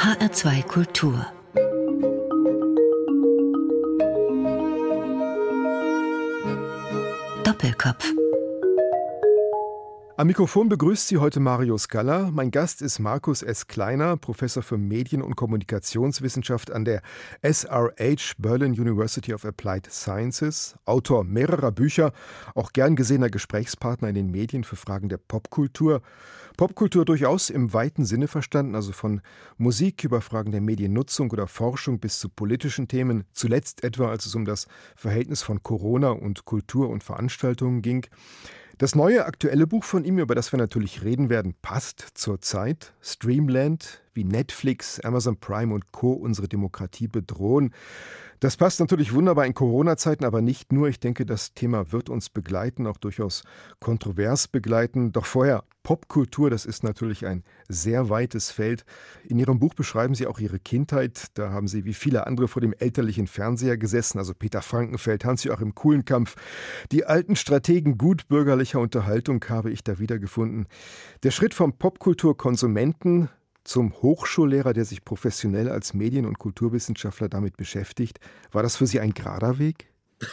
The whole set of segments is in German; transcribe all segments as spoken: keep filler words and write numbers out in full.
H R zwei Kultur. Doppelkopf. Am Mikrofon begrüßt Sie heute Mario Scala. Mein Gast ist Markus S. Kleiner, Professor für Medien- und Kommunikationswissenschaft an der S R H Berlin University of Applied Sciences, Autor mehrerer Bücher, auch gern gesehener Gesprächspartner in den Medien für Fragen der Popkultur. Popkultur durchaus im weiten Sinne verstanden, also von Musik über Fragen der Mediennutzung oder Forschung bis zu politischen Themen, zuletzt etwa, als es um das Verhältnis von Corona und Kultur und Veranstaltungen ging. Das neue aktuelle Buch von ihm, über das wir natürlich reden werden, passt zur Zeit. Streamland, wie Netflix, Amazon Prime und Co. unsere Demokratie bedrohen. Das passt natürlich wunderbar in Corona-Zeiten, aber nicht nur. Ich denke, das Thema wird uns begleiten, auch durchaus kontrovers begleiten. Doch vorher, Popkultur, das ist natürlich ein sehr weites Feld. In Ihrem Buch beschreiben Sie auch Ihre Kindheit. Da haben Sie wie viele andere vor dem elterlichen Fernseher gesessen, also Peter Frankenfeld, Hans-Joachim Kulenkampf. Die alten Strategen gutbürgerlicher Unterhaltung habe ich da wiedergefunden. Der Schritt vom Popkulturkonsumenten zum Hochschullehrer, der sich professionell als Medien- und Kulturwissenschaftler damit beschäftigt, war das für Sie ein gerader Weg?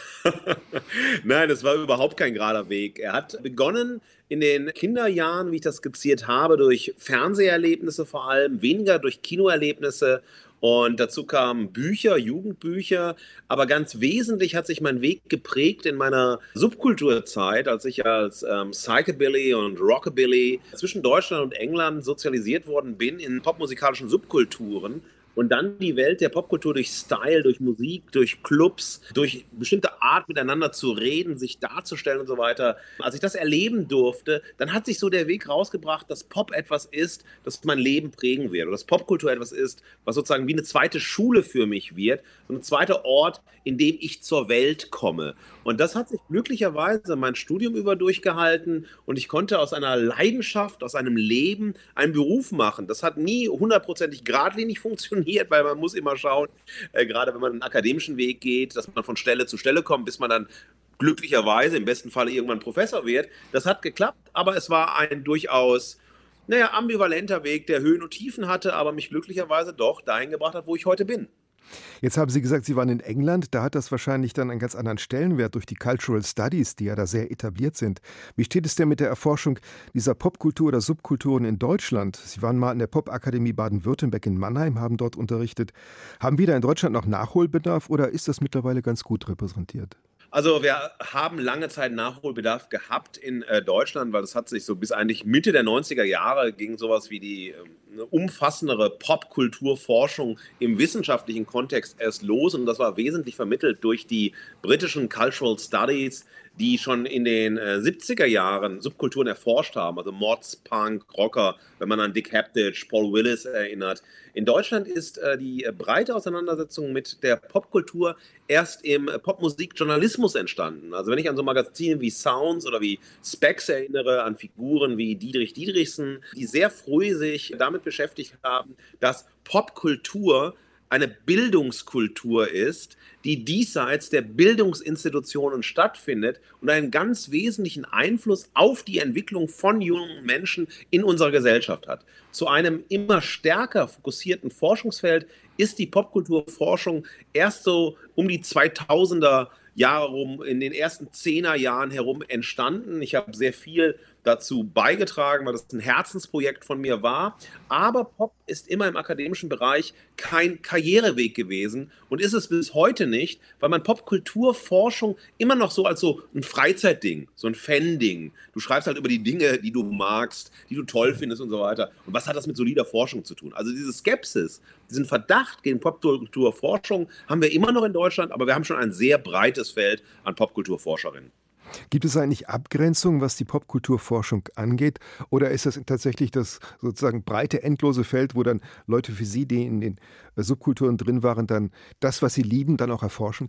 Nein, es war überhaupt kein gerader Weg. Er hat begonnen in den Kinderjahren, wie ich das skizziert habe, durch Fernseherlebnisse vor allem, weniger durch Kinoerlebnisse. Und dazu kamen Bücher, Jugendbücher. Aber ganz wesentlich hat sich mein Weg geprägt in meiner Subkulturzeit, als ich als ähm, Psychobilly und Rockabilly zwischen Deutschland und England sozialisiert worden bin in popmusikalischen Subkulturen. Und dann die Welt der Popkultur durch Style, durch Musik, durch Clubs, durch bestimmte Art miteinander zu reden, sich darzustellen und so weiter. Als ich das erleben durfte, dann hat sich so der Weg rausgebracht, dass Pop etwas ist, das mein Leben prägen wird. Oder dass Popkultur etwas ist, was sozusagen wie eine zweite Schule für mich wird. So ein zweiter Ort, in dem ich zur Welt komme. Und das hat sich glücklicherweise mein Studium über durchgehalten. Und ich konnte aus einer Leidenschaft, aus einem Leben einen Beruf machen. Das hat nie hundertprozentig geradlinig funktioniert, weil man muss immer schauen, äh, gerade wenn man einen akademischen Weg geht, dass man von Stelle zu Stelle kommt, bis man dann glücklicherweise im besten Falle irgendwann Professor wird. Das hat geklappt, aber es war ein durchaus, naja, ambivalenter Weg, der Höhen und Tiefen hatte, aber mich glücklicherweise doch dahin gebracht hat, wo ich heute bin. Jetzt haben Sie gesagt, Sie waren in England. Da hat das wahrscheinlich dann einen ganz anderen Stellenwert durch die Cultural Studies, die ja da sehr etabliert sind. Wie steht es denn mit der Erforschung dieser Popkultur oder Subkulturen in Deutschland? Sie waren mal in der Popakademie Baden-Württemberg in Mannheim, haben dort unterrichtet. Haben wir da in Deutschland noch Nachholbedarf oder ist das mittlerweile ganz gut repräsentiert? Also wir haben lange Zeit Nachholbedarf gehabt in äh, Deutschland, weil es hat sich so bis eigentlich Mitte der neunziger Jahre ging sowas wie die äh, eine umfassendere Popkulturforschung im wissenschaftlichen Kontext erst los. Und das war wesentlich vermittelt durch die britischen Cultural Studies, die schon in den äh, siebziger Jahren Subkulturen erforscht haben, also Mods, Punk, Rocker, wenn man an Dick Haptich, Paul Willis erinnert. In Deutschland ist äh, die breite Auseinandersetzung mit der Popkultur erst im Popmusikjournalismus entstanden. Also wenn ich an so Magazine wie Sounds oder wie Specs erinnere, an Figuren wie Dietrich Dietrichsen, die sehr früh sich damit beschäftigt haben, dass Popkultur eine Bildungskultur ist, die diesseits der Bildungsinstitutionen stattfindet und einen ganz wesentlichen Einfluss auf die Entwicklung von jungen Menschen in unserer Gesellschaft hat. Zu einem immer stärker fokussierten Forschungsfeld ist die Popkulturforschung erst so um die zweitausender Jahre rum, in den ersten Zehnerjahren herum entstanden. Ich habe sehr viel dazu beigetragen, weil das ein Herzensprojekt von mir war. Aber Pop ist immer im akademischen Bereich kein Karriereweg gewesen und ist es bis heute nicht, weil man Popkulturforschung immer noch so als so ein Freizeitding, so ein Fan-Ding. Du schreibst halt über die Dinge, die du magst, die du toll findest und so weiter. Und was hat das mit solider Forschung zu tun? Also diese Skepsis, diesen Verdacht gegen Popkulturforschung haben wir immer noch in Deutschland, aber wir haben schon ein sehr breites Feld an Popkulturforscherinnen. Gibt es eigentlich Abgrenzungen, was die Popkulturforschung angeht? Oder ist das tatsächlich das sozusagen breite, endlose Feld, wo dann Leute wie Sie, die in den Subkulturen drin waren, dann das, was sie lieben, dann auch erforschen können?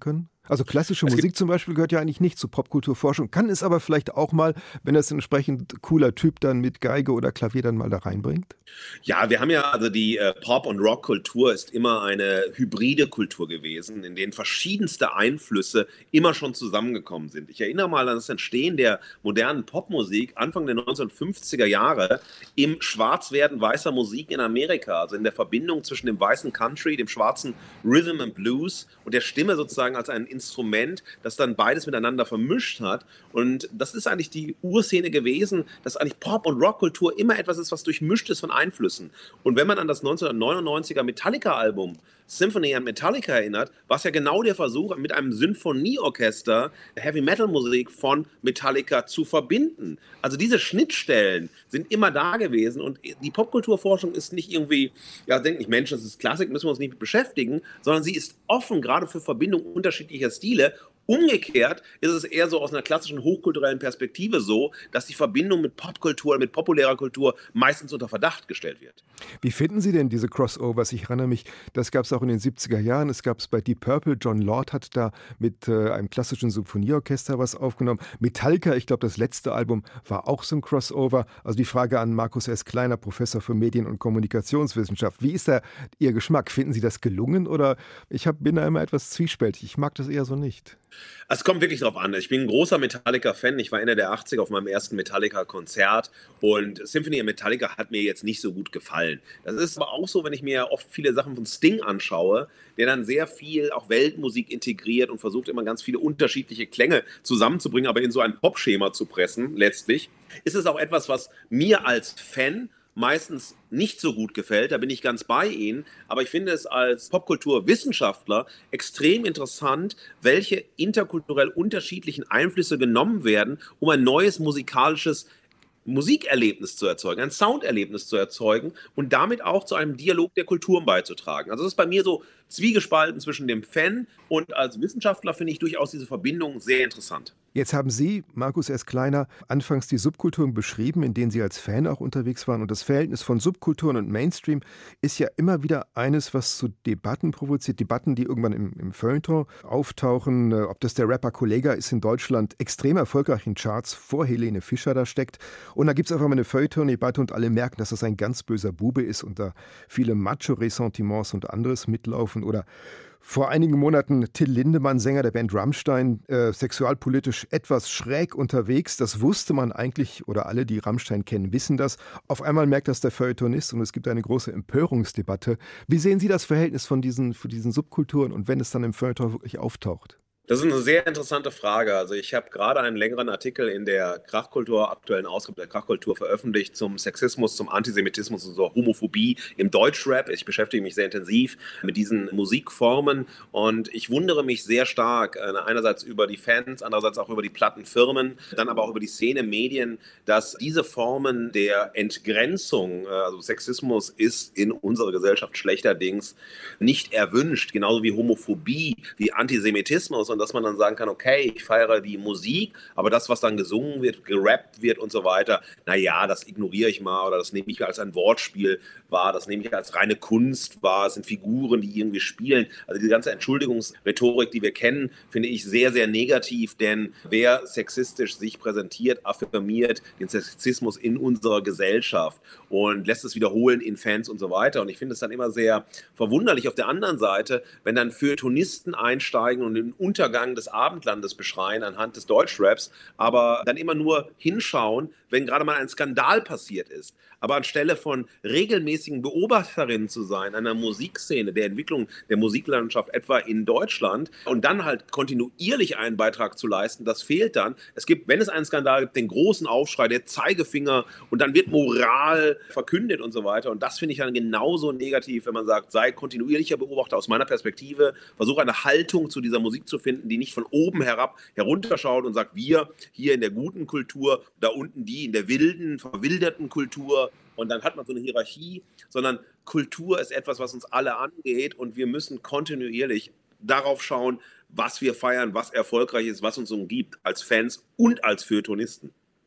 Also klassische Es gibt Musik zum Beispiel gehört ja eigentlich nicht zur Popkulturforschung, kann es aber vielleicht auch mal, wenn das ein entsprechend cooler Typ dann mit Geige oder Klavier dann mal da reinbringt? Ja, wir haben ja, also die äh, Pop- und Rockkultur ist immer eine hybride Kultur gewesen, in denen verschiedenste Einflüsse immer schon zusammengekommen sind. Ich erinnere mal an das Entstehen der modernen Popmusik Anfang der neunzehnhundertfünfziger Jahre im Schwarzwerden weißer Musik in Amerika, also in der Verbindung zwischen dem weißen Country, dem schwarzen Rhythm and Blues und der Stimme sozusagen als ein Instrument, das dann beides miteinander vermischt hat. Und das ist eigentlich die Urszene gewesen, dass eigentlich Pop- und Rockkultur immer etwas ist, was durchmischt ist von Einflüssen. Und wenn man an das neunzehnhundertneunundneunziger Metallica-Album Symphony and Metallica erinnert, war es ja genau der Versuch, mit einem Sinfonieorchester Heavy-Metal-Musik von Metallica zu verbinden. Also diese Schnittstellen sind immer da gewesen und die Popkulturforschung ist nicht irgendwie, ja, denke ich, Mensch, das ist Klassik, müssen wir uns nicht mit beschäftigen, sondern sie ist offen, gerade für Verbindung unterschiedlicher Stile. Umgekehrt ist es eher so aus einer klassischen hochkulturellen Perspektive so, dass die Verbindung mit Popkultur, mit populärer Kultur meistens unter Verdacht gestellt wird. Wie finden Sie denn diese Crossovers? Ich erinnere mich, das gab es auch in den siebziger Jahren, es gab es bei Deep Purple, John Lord hat da mit äh, einem klassischen Symphonieorchester was aufgenommen. Metallica, ich glaube, das letzte Album war auch so ein Crossover. Also die Frage an Markus S. Kleiner, Professor für Medien- und Kommunikationswissenschaft. Wie ist da Ihr Geschmack? Finden Sie das gelungen oder ich hab, bin da immer etwas zwiespältig? Ich mag das eher so nicht. Es kommt wirklich drauf an. Ich bin ein großer Metallica-Fan. Ich war Ende der achtziger auf meinem ersten Metallica-Konzert und Symphony and Metallica hat mir jetzt nicht so gut gefallen. Das ist aber auch so, wenn ich mir oft viele Sachen von Sting anschaue, der dann sehr viel auch Weltmusik integriert und versucht immer ganz viele unterschiedliche Klänge zusammenzubringen, aber in so ein Popschema zu pressen, letztlich, ist es auch etwas, was mir als Fan meistens nicht so gut gefällt, da bin ich ganz bei Ihnen, aber ich finde es als Popkulturwissenschaftler extrem interessant, welche interkulturell unterschiedlichen Einflüsse genommen werden, um ein neues musikalisches Musikerlebnis zu erzeugen, ein Sounderlebnis zu erzeugen und damit auch zu einem Dialog der Kulturen beizutragen. Also das ist bei mir so zwiegespalten zwischen dem Fan und als Wissenschaftler finde ich durchaus diese Verbindung sehr interessant. Jetzt haben Sie, Markus S. Kleiner, anfangs die Subkulturen beschrieben, in denen Sie als Fan auch unterwegs waren. Und das Verhältnis von Subkulturen und Mainstream ist ja immer wieder eines, was zu Debatten provoziert. Debatten, die irgendwann im, im Feuilleton auftauchen. Äh, ob das der Rapper Kollega ist in Deutschland extrem erfolgreich in Charts, vor Helene Fischer da steckt. Und da gibt es einfach mal eine Feuilleton-Debatte und alle merken, dass das ein ganz böser Bube ist und da viele Macho-Ressentiments und anderes mitlaufen. Oder vor einigen Monaten Till Lindemann, Sänger der Band Rammstein, äh, sexualpolitisch etwas schräg unterwegs. Das wusste man eigentlich, oder alle, die Rammstein kennen, wissen das. Auf einmal merkt das der Feuilletonist und es gibt eine große Empörungsdebatte. Wie sehen Sie das Verhältnis von diesen, von diesen Subkulturen und wenn es dann im Feuilleton wirklich auftaucht? Das ist eine sehr interessante Frage. Also ich habe gerade einen längeren Artikel in der Krachkultur, aktuellen Ausgabe der Krachkultur veröffentlicht zum Sexismus, zum Antisemitismus und zur Homophobie im Deutschrap. Ich beschäftige mich sehr intensiv mit diesen Musikformen und ich wundere mich sehr stark, einerseits über die Fans, andererseits auch über die Plattenfirmen, dann aber auch über die Szene, Medien, dass diese Formen der Entgrenzung, also Sexismus ist in unserer Gesellschaft schlechterdings nicht erwünscht, genauso wie Homophobie, wie Antisemitismus. Und dass man dann sagen kann, okay, ich feiere die Musik, aber das, was dann gesungen wird, gerappt wird und so weiter, naja, das ignoriere ich mal oder das nehme ich als ein Wortspiel wahr, das nehme ich als reine Kunst wahr, es sind Figuren, die irgendwie spielen. Also die ganze Entschuldigungsrhetorik, die wir kennen, finde ich sehr, sehr negativ, denn wer sexistisch sich präsentiert, affirmiert den Sexismus in unserer Gesellschaft und lässt es wiederholen in Fans und so weiter. Und ich finde es dann immer sehr verwunderlich auf der anderen Seite, wenn dann Feuilletonisten einsteigen und den Untergang des Abendlandes beschreien anhand des Deutschraps, aber dann immer nur hinschauen, wenn gerade mal ein Skandal passiert ist. Aber anstelle von regelmäßigen Beobachterinnen zu sein, einer Musikszene, der Entwicklung der Musiklandschaft etwa in Deutschland und dann halt kontinuierlich einen Beitrag zu leisten, das fehlt dann. Es gibt, wenn es einen Skandal gibt, den großen Aufschrei, der Zeigefinger und dann wird Moral verkündet und so weiter. Und das finde ich dann genauso negativ, wenn man sagt, sei kontinuierlicher Beobachter aus meiner Perspektive, versuche eine Haltung zu dieser Musik zu finden, die nicht von oben herab herunterschaut und sagt, wir hier in der guten Kultur, da unten die in der wilden, verwilderten Kultur. Und dann hat man so eine Hierarchie, sondern Kultur ist etwas, was uns alle angeht und wir müssen kontinuierlich darauf schauen, was wir feiern, was erfolgreich ist, was uns umgibt, als Fans und als Feuilletonisten.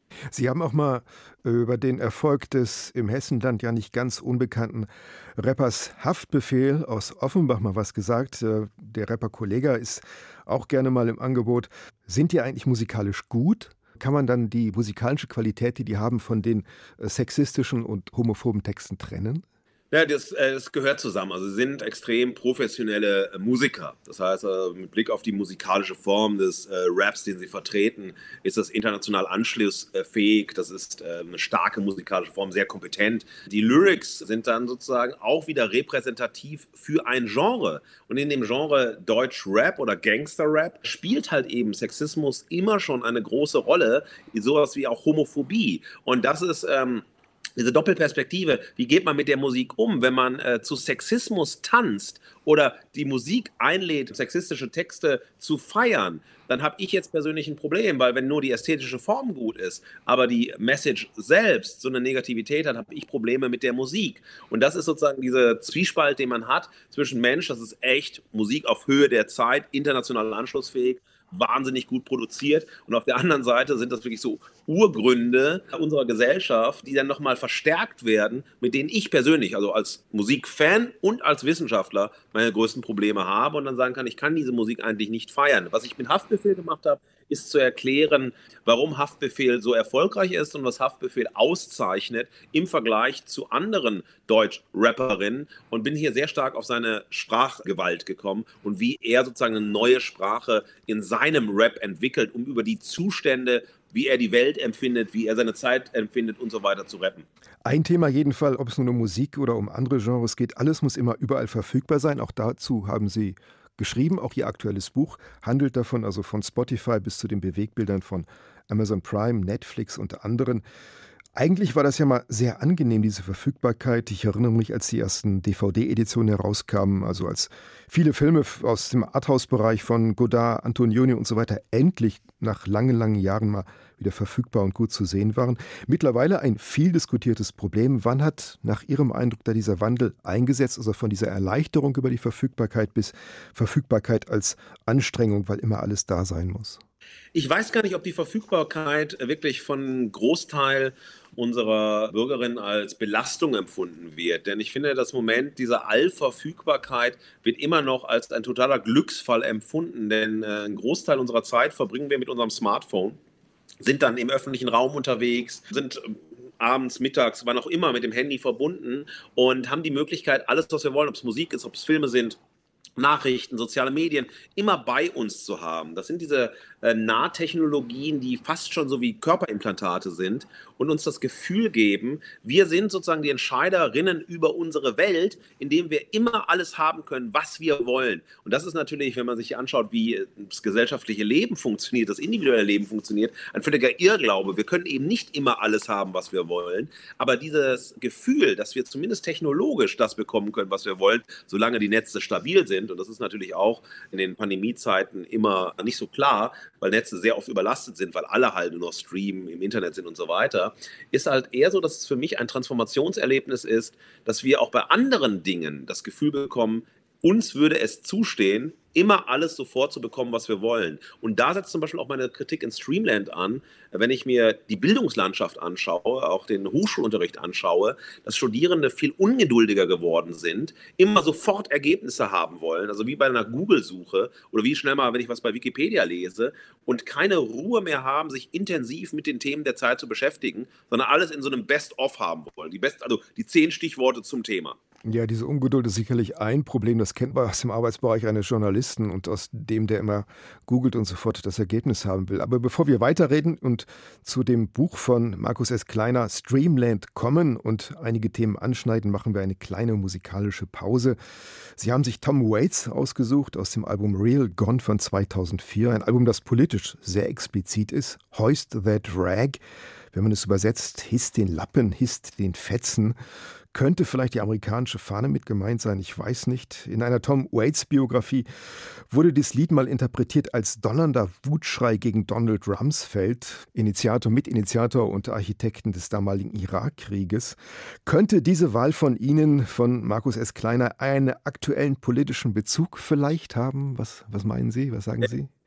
Sie haben auch mal über den Erfolg des im Hessenland ja nicht ganz unbekannten Rappers Haftbefehl aus Offenbach mal was gesagt. Der Rapper Kollega ist auch gerne mal im Angebot. Sind die eigentlich musikalisch gut? Kann man dann die musikalische Qualität, die die haben, von den sexistischen und homophoben Texten trennen? Ja, das, äh, das gehört zusammen. Also sie sind extrem professionelle äh, Musiker. Das heißt, äh, mit Blick auf die musikalische Form des äh, Raps, den sie vertreten, ist das international anschlussfähig. Das ist äh, eine starke musikalische Form, sehr kompetent. Die Lyrics sind dann sozusagen auch wieder repräsentativ für ein Genre. Und in dem Genre Deutsch-Rap oder Gangster-Rap spielt halt eben Sexismus immer schon eine große Rolle, sowas wie auch Homophobie. Und das ist... Ähm, Diese Doppelperspektive, wie geht man mit der Musik um, wenn man äh, zu Sexismus tanzt oder die Musik einlädt, sexistische Texte zu feiern, dann habe ich jetzt persönlich ein Problem, weil wenn nur die ästhetische Form gut ist, aber die Message selbst so eine Negativität hat, habe ich Probleme mit der Musik. Und das ist sozusagen dieser Zwiespalt, den man hat zwischen Mensch, das ist echt Musik auf Höhe der Zeit, international anschlussfähig, wahnsinnig gut produziert und auf der anderen Seite sind das wirklich so Urgründe unserer Gesellschaft, die dann nochmal verstärkt werden, mit denen ich persönlich, also als Musikfan und als Wissenschaftler meine größten Probleme habe und dann sagen kann, ich kann diese Musik eigentlich nicht feiern. Was ich mit Haftbefehl gemacht habe, ist zu erklären, warum Haftbefehl so erfolgreich ist und was Haftbefehl auszeichnet im Vergleich zu anderen Deutsch-Rapperinnen und bin hier sehr stark auf seine Sprachgewalt gekommen und wie er sozusagen eine neue Sprache in seinem Rap entwickelt, um über die Zustände, wie er die Welt empfindet, wie er seine Zeit empfindet und so weiter zu rappen. Ein Thema jedenfalls, ob es nun um Musik oder um andere Genres geht, alles muss immer überall verfügbar sein. Auch dazu haben Sie geschrieben. Auch Ihr aktuelles Buch handelt davon, also von Spotify bis zu den Bewegbildern von Amazon Prime, Netflix und anderen. Eigentlich war das ja mal sehr angenehm, diese Verfügbarkeit. Ich erinnere mich, als die ersten D V D-Editionen herauskamen, also als viele Filme aus dem Arthouse-Bereich von Godard, Antonioni und so weiter endlich nach langen, langen Jahren mal wieder verfügbar und gut zu sehen waren. Mittlerweile ein viel diskutiertes Problem. Wann hat nach Ihrem Eindruck da dieser Wandel eingesetzt, also von dieser Erleichterung über die Verfügbarkeit bis Verfügbarkeit als Anstrengung, weil immer alles da sein muss? Ich weiß gar nicht, ob die Verfügbarkeit wirklich von einem Großteil unserer Bürgerinnen als Belastung empfunden wird. Denn ich finde, das Moment dieser Allverfügbarkeit wird immer noch als ein totaler Glücksfall empfunden. Denn äh, einen Großteil unserer Zeit verbringen wir mit unserem Smartphone, sind dann im öffentlichen Raum unterwegs, sind äh, abends, mittags, wann auch immer mit dem Handy verbunden und haben die Möglichkeit, alles, was wir wollen, ob es Musik ist, ob es Filme sind, Nachrichten, soziale Medien, immer bei uns zu haben. Das sind diese äh, Nahtechnologien, die fast schon so wie Körperimplantate sind und uns das Gefühl geben, wir sind sozusagen die Entscheiderinnen über unsere Welt, indem wir immer alles haben können, was wir wollen. Und das ist natürlich, wenn man sich anschaut, wie das gesellschaftliche Leben funktioniert, das individuelle Leben funktioniert, ein völliger Irrglaube. Wir können eben nicht immer alles haben, was wir wollen. Aber dieses Gefühl, dass wir zumindest technologisch das bekommen können, was wir wollen, solange die Netze stabil sind, und das ist natürlich auch in den Pandemiezeiten immer nicht so klar, weil Netze sehr oft überlastet sind, weil alle halt nur noch streamen, im Internet sind und so weiter, ist halt eher so, dass es für mich ein Transformationserlebnis ist, dass wir auch bei anderen Dingen das Gefühl bekommen, uns würde es zustehen, immer alles sofort zu bekommen, was wir wollen. Und da setzt zum Beispiel auch meine Kritik in Streamland an, wenn ich mir die Bildungslandschaft anschaue, auch den Hochschulunterricht anschaue, dass Studierende viel ungeduldiger geworden sind, immer sofort Ergebnisse haben wollen, also wie bei einer Google-Suche oder wie schnell mal, wenn ich was bei Wikipedia lese und keine Ruhe mehr haben, sich intensiv mit den Themen der Zeit zu beschäftigen, sondern alles in so einem Best-of haben wollen. Die Best, also die zehn Stichworte zum Thema. Ja, diese Ungeduld ist sicherlich ein Problem, das kennt man aus dem Arbeitsbereich eines Journalisten und aus dem, der immer googelt und sofort das Ergebnis haben will. Aber bevor wir weiterreden und zu dem Buch von Markus S. Kleiner Streamland kommen und einige Themen anschneiden, machen wir eine kleine musikalische Pause. Sie haben sich Tom Waits ausgesucht aus dem Album Real Gone von zweitausendvier, ein Album, das politisch sehr explizit ist. Hoist that rag, wenn man es übersetzt, hisst den Lappen, hisst den Fetzen. Könnte vielleicht die amerikanische Fahne mit gemeint sein, ich weiß nicht. In einer Tom Waits-Biografie wurde das Lied mal interpretiert als donnernder Wutschrei gegen Donald Rumsfeld, Initiator, Mitinitiator und Architekten des damaligen Irakkrieges. Könnte diese Wahl von Ihnen, von Markus S. Kleiner, einen aktuellen politischen Bezug vielleicht haben? Was, was meinen Sie? Was sagen Sie?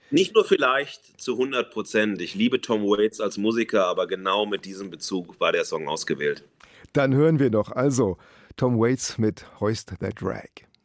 Nicht nur vielleicht zu hundert Prozent. Ich liebe Tom Waits als Musiker, aber genau mit diesem Bezug war der Song ausgewählt. Dann hören wir noch also Tom Waits mit Hoist That Rag.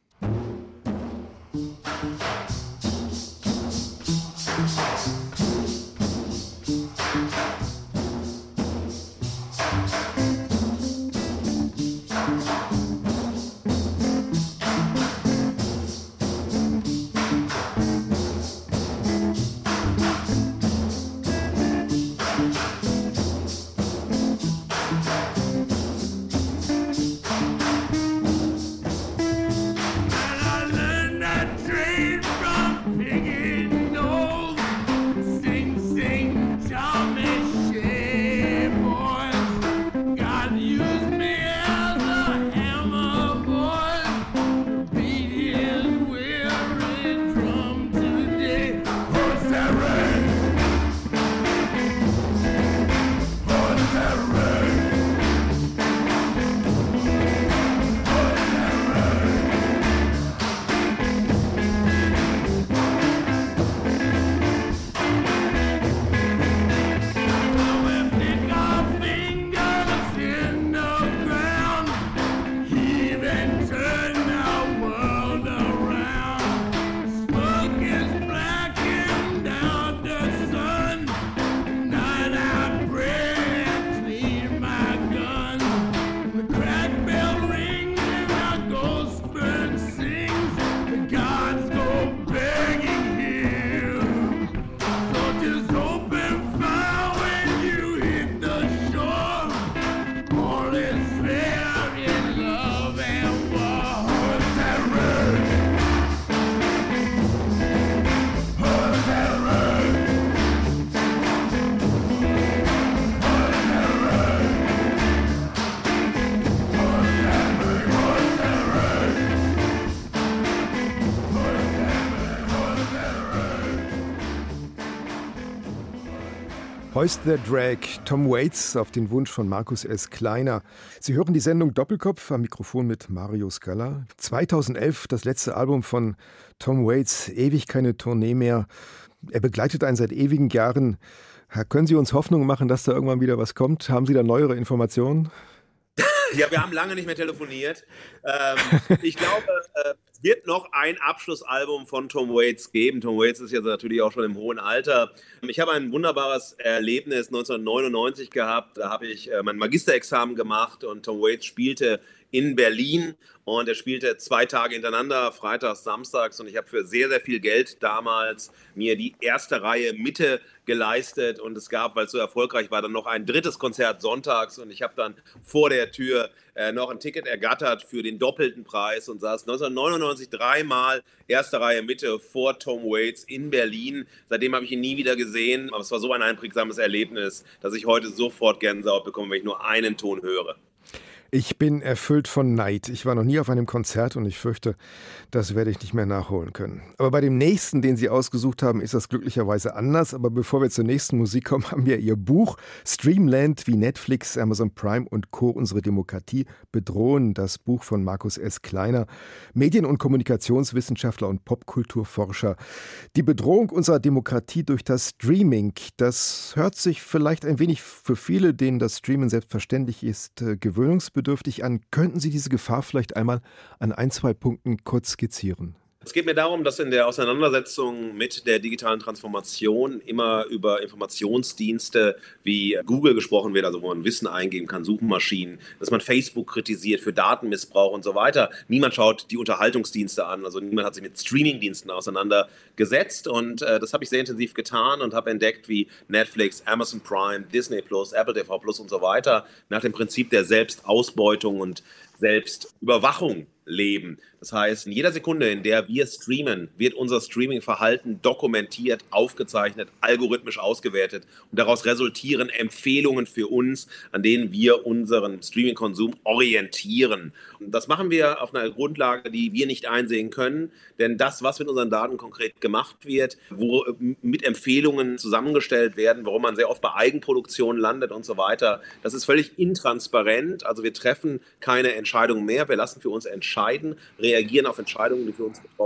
Hoist the Drag, Tom Waits auf den Wunsch von Markus S. Kleiner. Sie hören die Sendung Doppelkopf am Mikrofon mit Mario Scala. zweitausendelf das letzte Album von Tom Waits, ewig keine Tournee mehr. Er begleitet einen seit ewigen Jahren. Können Sie uns Hoffnung machen, dass da irgendwann wieder was kommt? Haben Sie da neuere Informationen? Ja, wir haben lange nicht mehr telefoniert. Ähm, ich glaube, äh, es wird noch ein Abschlussalbum von Tom Waits geben. Tom Waits ist jetzt natürlich auch schon im hohen Alter. Ich habe ein wunderbares Erlebnis neunzehnhundertneunundneunzig gehabt. Da habe ich äh, mein Magisterexamen gemacht und Tom Waits spielte in Berlin und er spielte zwei Tage hintereinander, freitags, samstags, und ich habe für sehr, sehr viel Geld damals mir die erste Reihe Mitte geleistet und es gab, weil es so erfolgreich war, dann noch ein drittes Konzert sonntags und ich habe dann vor der Tür äh, noch ein Ticket ergattert für den doppelten Preis und saß neunzehnhundertneunundneunzig dreimal erste Reihe Mitte vor Tom Waits in Berlin. Seitdem habe ich ihn nie wieder gesehen, aber es war so ein einprägsames Erlebnis, dass ich heute sofort Gänsehaut bekomme, wenn ich nur einen Ton höre. Ich bin erfüllt von Neid. Ich war noch nie auf einem Konzert und ich fürchte, das werde ich nicht mehr nachholen können. Aber bei dem nächsten, den Sie ausgesucht haben, ist das glücklicherweise anders. Aber bevor wir zur nächsten Musik kommen, haben wir Ihr Buch Streamland, wie Netflix, Amazon Prime und Co. unsere Demokratie bedrohen. Das Buch von Markus S. Kleiner, Medien- und Kommunikationswissenschaftler und Popkulturforscher. Die Bedrohung unserer Demokratie durch das Streaming, das hört sich vielleicht ein wenig für viele, denen das Streamen selbstverständlich ist, gewöhnungsbedürftig an. Könnten Sie diese Gefahr vielleicht einmal an ein, zwei Punkten kurz skizzieren? Es geht mir darum, dass in der Auseinandersetzung mit der digitalen Transformation immer über Informationsdienste wie Google gesprochen wird, also wo man Wissen eingeben kann, Suchmaschinen, dass man Facebook kritisiert für Datenmissbrauch und so weiter. Niemand schaut die Unterhaltungsdienste an, also niemand hat sich mit Streamingdiensten auseinandergesetzt und äh, das habe ich sehr intensiv getan und habe entdeckt, wie Netflix, Amazon Prime, Disney Plus, Apple T V Plus und so weiter nach dem Prinzip der Selbstausbeutung und Selbstüberwachung leben. Das heißt, in jeder Sekunde, in der wir streamen, wird unser Streaming-Verhalten dokumentiert, aufgezeichnet, algorithmisch ausgewertet und daraus resultieren Empfehlungen für uns, an denen wir unseren Streaming-Konsum orientieren. Und das machen wir auf einer Grundlage, die wir nicht einsehen können, denn das, was mit unseren Daten konkret gemacht wird, wo mit Empfehlungen zusammengestellt werden, warum man sehr oft bei Eigenproduktion landet und so weiter, das ist völlig intransparent. Also wir treffen keine Entscheidungen mehr, wir lassen für uns entscheiden, reagieren auf Entscheidungen, die für uns getroffen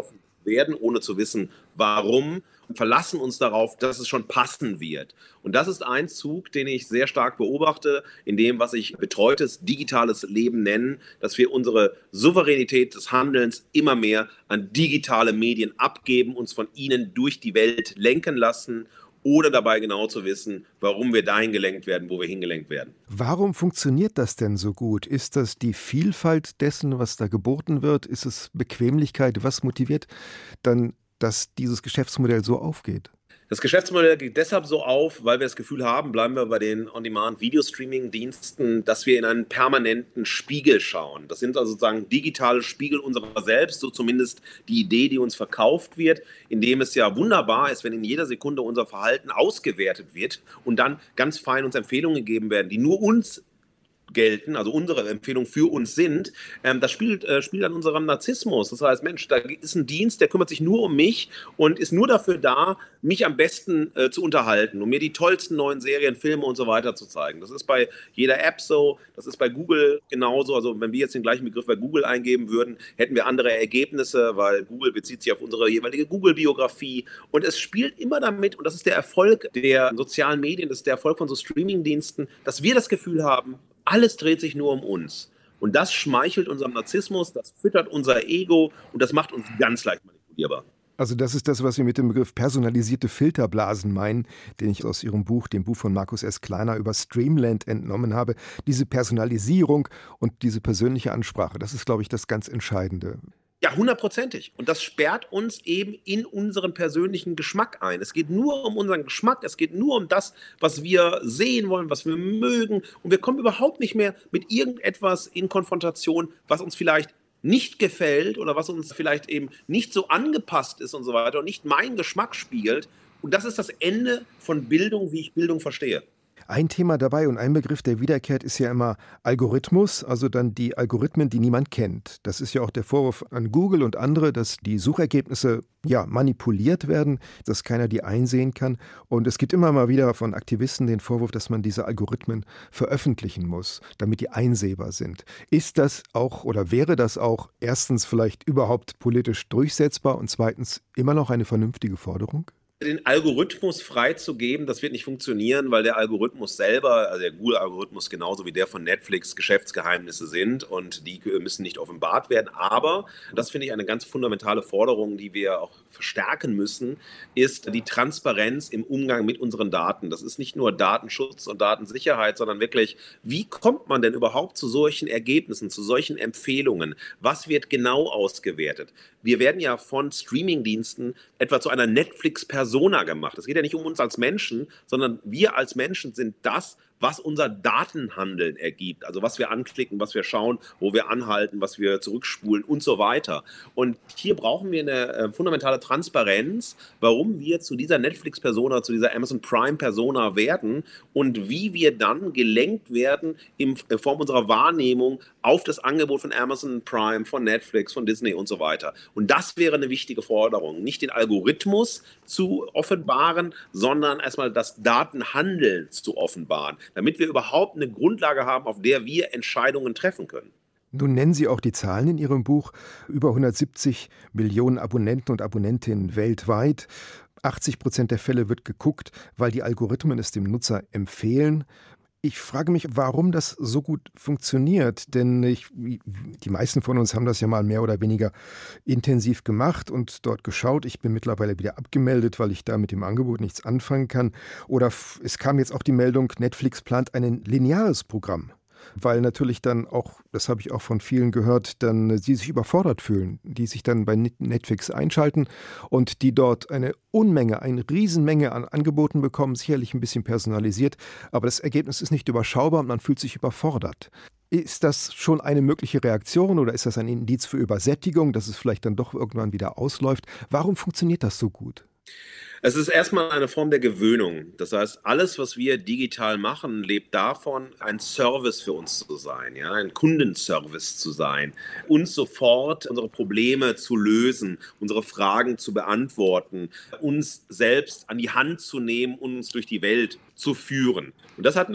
werden, ohne zu wissen, warum, und verlassen uns darauf, dass es schon passen wird. Und das ist ein Zug, den ich sehr stark beobachte, in dem, was ich betreutes digitales Leben nenne, dass wir unsere Souveränität des Handelns immer mehr an digitale Medien abgeben, uns von ihnen durch die Welt lenken lassen, oder dabei genau zu wissen, warum wir dahin gelenkt werden, wo wir hingelenkt werden. Warum funktioniert das denn so gut? Ist das die Vielfalt dessen, was da geboten wird? Ist es Bequemlichkeit? Was motiviert dann, dass dieses Geschäftsmodell so aufgeht? Das Geschäftsmodell geht deshalb so auf, weil wir das Gefühl haben, bleiben wir bei den On-Demand-Video-Streaming-Diensten, dass wir in einen permanenten Spiegel schauen. Das sind also sozusagen digitale Spiegel unserer selbst, so zumindest die Idee, die uns verkauft wird, indem es ja wunderbar ist, wenn in jeder Sekunde unser Verhalten ausgewertet wird und dann ganz fein uns Empfehlungen gegeben werden, die nur uns gelten, also unsere Empfehlungen für uns sind, ähm, das spielt, äh, spielt an unserem Narzissmus. Das heißt, Mensch, da ist ein Dienst, der kümmert sich nur um mich und ist nur dafür da, mich am besten äh, zu unterhalten und mir die tollsten neuen Serien, Filme und so weiter zu zeigen. Das ist bei jeder App so, das ist bei Google genauso. Also wenn wir jetzt den gleichen Begriff bei Google eingeben würden, hätten wir andere Ergebnisse, weil Google bezieht sich auf unsere jeweilige Google-Biografie. Und es spielt immer damit, und das ist der Erfolg der sozialen Medien, das ist der Erfolg von so Streaming-Diensten, dass wir das Gefühl haben, alles dreht sich nur um uns. Und das schmeichelt unserem Narzissmus, das füttert unser Ego und das macht uns ganz leicht manipulierbar. Also das ist das, was wir mit dem Begriff personalisierte Filterblasen meinen, den ich aus Ihrem Buch, dem Buch von Markus S. Kleiner über Streamland entnommen habe. Diese Personalisierung und diese persönliche Ansprache, das ist, glaube ich, das ganz Entscheidende. Ja, hundertprozentig. Und das sperrt uns eben in unseren persönlichen Geschmack ein. Es geht nur um unseren Geschmack, es geht nur um das, was wir sehen wollen, was wir mögen. Und wir kommen überhaupt nicht mehr mit irgendetwas in Konfrontation, was uns vielleicht nicht gefällt oder was uns vielleicht eben nicht so angepasst ist und so weiter und nicht meinen Geschmack spiegelt. Und das ist das Ende von Bildung, wie ich Bildung verstehe. Ein Thema dabei und ein Begriff, der wiederkehrt, ist ja immer Algorithmus, also dann die Algorithmen, die niemand kennt. Das ist ja auch der Vorwurf an Google und andere, dass die Suchergebnisse ja manipuliert werden, dass keiner die einsehen kann. Und es gibt immer mal wieder von Aktivisten den Vorwurf, dass man diese Algorithmen veröffentlichen muss, damit die einsehbar sind. Ist das auch oder wäre das auch erstens vielleicht überhaupt politisch durchsetzbar und zweitens immer noch eine vernünftige Forderung? Den Algorithmus freizugeben, das wird nicht funktionieren, weil der Algorithmus selber, also der Google-Algorithmus genauso wie der von Netflix, Geschäftsgeheimnisse sind und die müssen nicht offenbart werden. Aber, das finde ich eine ganz fundamentale Forderung, die wir auch verstärken müssen, ist die Transparenz im Umgang mit unseren Daten. Das ist nicht nur Datenschutz und Datensicherheit, sondern wirklich, wie kommt man denn überhaupt zu solchen Ergebnissen, zu solchen Empfehlungen? Was wird genau ausgewertet? Wir werden ja von Streamingdiensten etwa zu einer Netflix-Persona gemacht. Es geht ja nicht um uns als Menschen, sondern wir als Menschen sind das, was unser Datenhandeln ergibt. Also was wir anklicken, was wir schauen, wo wir anhalten, was wir zurückspulen und so weiter. Und hier brauchen wir eine äh, fundamentale Transparenz, warum wir zu dieser Netflix-Persona, zu dieser Amazon Prime-Persona werden und wie wir dann gelenkt werden in Form unserer Wahrnehmung auf das Angebot von Amazon Prime, von Netflix, von Disney und so weiter. Und das wäre eine wichtige Forderung, nicht den Algorithmus zu offenbaren, sondern erstmal das Datenhandeln zu offenbaren, damit wir überhaupt eine Grundlage haben, auf der wir Entscheidungen treffen können. Nun nennen Sie auch die Zahlen in Ihrem Buch. Über hundertsiebzig Millionen Abonnenten und Abonnentinnen weltweit. achtzig Prozent der Fälle wird geguckt, weil die Algorithmen es dem Nutzer empfehlen. Ich frage mich, warum das so gut funktioniert, denn ich, die meisten von uns haben das ja mal mehr oder weniger intensiv gemacht und dort geschaut. Ich bin mittlerweile wieder abgemeldet, weil ich da mit dem Angebot nichts anfangen kann. Oder es kam jetzt auch die Meldung, Netflix plant ein lineares Programm. Weil natürlich dann auch, das habe ich auch von vielen gehört, dann sie sich überfordert fühlen, die sich dann bei Netflix einschalten und die dort eine Unmenge, eine Riesenmenge an Angeboten bekommen, sicherlich ein bisschen personalisiert, aber das Ergebnis ist nicht überschaubar und man fühlt sich überfordert. Ist das schon eine mögliche Reaktion oder ist das ein Indiz für Übersättigung, dass es vielleicht dann doch irgendwann wieder ausläuft? Warum funktioniert das so gut? Es ist erstmal eine Form der Gewöhnung. Das heißt, alles, was wir digital machen, lebt davon, ein Service für uns zu sein, ja, ein Kundenservice zu sein, uns sofort unsere Probleme zu lösen, unsere Fragen zu beantworten, uns selbst an die Hand zu nehmen und uns durch die Welt zu führen. Und das hat eine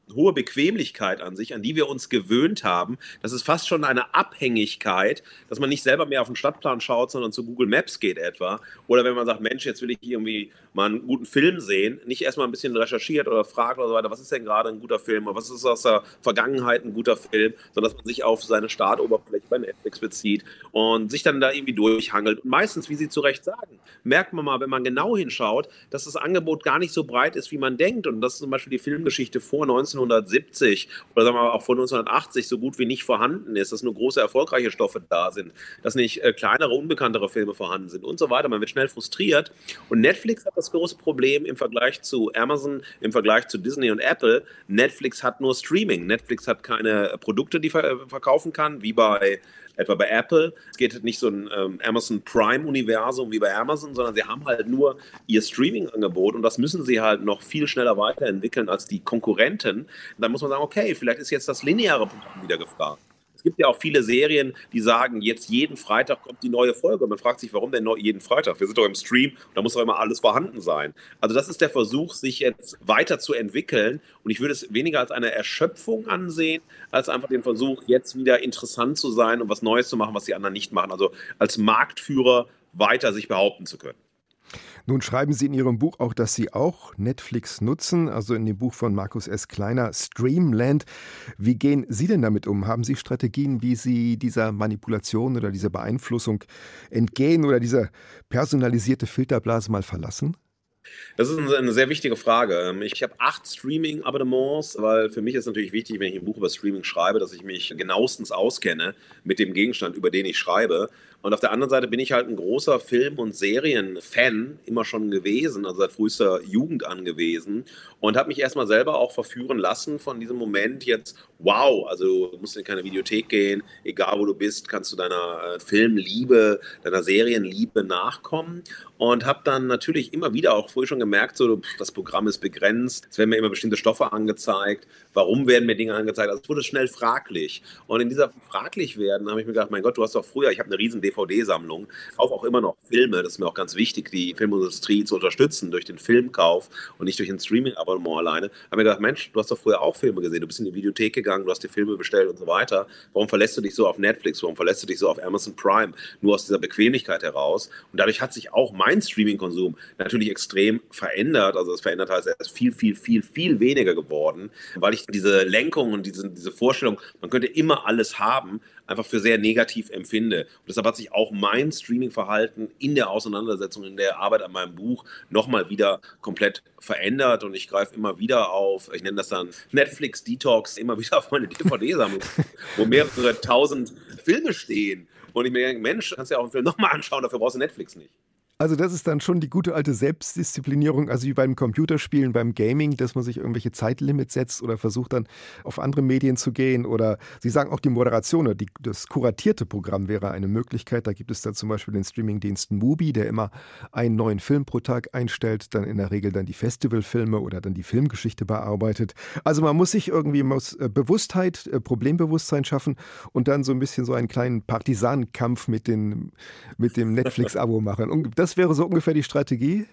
hohe Bequemlichkeit an sich, an die wir uns gewöhnt haben. Das ist fast schon eine Abhängigkeit, dass man nicht selber mehr auf den Stadtplan schaut, sondern zu Google Maps geht etwa. Oder wenn man sagt, Mensch, jetzt will ich irgendwie mal einen guten Film sehen, nicht erstmal ein bisschen recherchiert oder fragt oder so weiter, was ist denn gerade ein guter Film oder was ist aus der Vergangenheit ein guter Film, sondern dass man sich auf seine Startoberfläche bei Netflix bezieht und sich dann da irgendwie durchhangelt. Und meistens, wie Sie zu Recht sagen, merkt man mal, wenn man genau hinschaut, dass das Angebot gar nicht so breit ist, wie man denkt. Und dass zum Beispiel die Filmgeschichte vor neunzehnhundertsiebzig oder sagen wir mal auch vor neunzehnhundertachtzig so gut wie nicht vorhanden ist, dass nur große, erfolgreiche Stoffe da sind, dass nicht äh, kleinere, unbekanntere Filme vorhanden sind und so weiter. Man wird schnell frustriert. Und Netflix hat das große Problem im Vergleich zu Amazon, im Vergleich zu Disney und Apple. Netflix hat nur Streaming. Netflix hat keine Produkte, die ver verkaufen kann, wie bei etwa bei Apple. Es geht nicht so ein ähm, Amazon Prime-Universum wie bei Amazon, sondern sie haben halt nur ihr Streaming-Angebot und das müssen sie halt noch viel schneller weiterentwickeln als die Konkurrenten. Dann muss man sagen, okay, vielleicht ist jetzt das lineare Programm wieder gefragt. Es gibt ja auch viele Serien, die sagen, jetzt jeden Freitag kommt die neue Folge. Und man fragt sich, warum denn jeden Freitag? Wir sind doch im Stream und da muss doch immer alles vorhanden sein. Also das ist der Versuch, sich jetzt weiterzuentwickeln. Und ich würde es weniger als eine Erschöpfung ansehen, als einfach den Versuch, jetzt wieder interessant zu sein und was Neues zu machen, was die anderen nicht machen. Also als Marktführer weiter sich behaupten zu können. Nun schreiben Sie in Ihrem Buch auch, dass Sie auch Netflix nutzen, also in dem Buch von Markus S. Kleiner, Streamland. Wie gehen Sie denn damit um? Haben Sie Strategien, wie Sie dieser Manipulation oder dieser Beeinflussung entgehen oder diese personalisierte Filterblase mal verlassen? Das ist eine sehr wichtige Frage. Ich habe acht Streaming-Abonnements, weil für mich ist natürlich wichtig, wenn ich ein Buch über Streaming schreibe, dass ich mich genauestens auskenne mit dem Gegenstand, über den ich schreibe. Und auf der anderen Seite bin ich halt ein großer Film- und Serien-Fan, immer schon gewesen, also seit frühester Jugend an gewesen. Und habe mich erstmal selber auch verführen lassen von diesem Moment jetzt, wow, also du musst in keine Videothek gehen, egal wo du bist, kannst du deiner Filmliebe, deiner Serienliebe nachkommen. Und habe dann natürlich immer wieder auch früher schon gemerkt, so, das Programm ist begrenzt, es werden mir immer bestimmte Stoffe angezeigt, warum werden mir Dinge angezeigt, also es wurde schnell fraglich. Und in dieser fraglich werden habe ich mir gedacht, mein Gott, du hast doch früher, ich habe eine riesen D V D-Sammlung, kaufe auch immer noch Filme, das ist mir auch ganz wichtig, die Filmindustrie zu unterstützen durch den Filmkauf und nicht durch ein Streaming-Abonnement alleine. Habe mir gedacht, Mensch, du hast doch früher auch Filme gesehen, du bist in die Videothek gegangen, du hast dir Filme bestellt und so weiter. Warum verlässt du dich so auf Netflix, warum verlässt du dich so auf Amazon Prime? Nur aus dieser Bequemlichkeit heraus. Und dadurch hat sich auch mein Streaming-Konsum natürlich extrem verändert. Also das verändert heißt, er ist viel, viel, viel, viel weniger geworden, weil ich diese Lenkung und diese, diese Vorstellung, man könnte immer alles haben, einfach für sehr negativ empfinde. Und deshalb hat sich auch mein Streaming-Verhalten in der Auseinandersetzung, in der Arbeit an meinem Buch nochmal wieder komplett verändert und ich greife immer wieder auf, ich nenne das dann Netflix-Detox, immer wieder auf meine D V D-Sammlung, wo mehrere tausend Filme stehen. Und ich mir denke, Mensch, kannst du ja auch einen Film nochmal anschauen, dafür brauchst du Netflix nicht. Also das ist dann schon die gute alte Selbstdisziplinierung, also wie beim Computerspielen, beim Gaming, dass man sich irgendwelche Zeitlimits setzt oder versucht dann auf andere Medien zu gehen. Oder Sie sagen auch die Moderation oder die, das kuratierte Programm wäre eine Möglichkeit. Da gibt es dann zum Beispiel den Streamingdienst Mubi, der immer einen neuen Film pro Tag einstellt, dann in der Regel dann die Festivalfilme oder dann die Filmgeschichte bearbeitet. Also man muss sich irgendwie muss Bewusstheit, Problembewusstsein schaffen und dann so ein bisschen so einen kleinen Partisanenkampf mit, den, mit dem Netflix-Abo machen. Und das Das wäre so ungefähr die Strategie?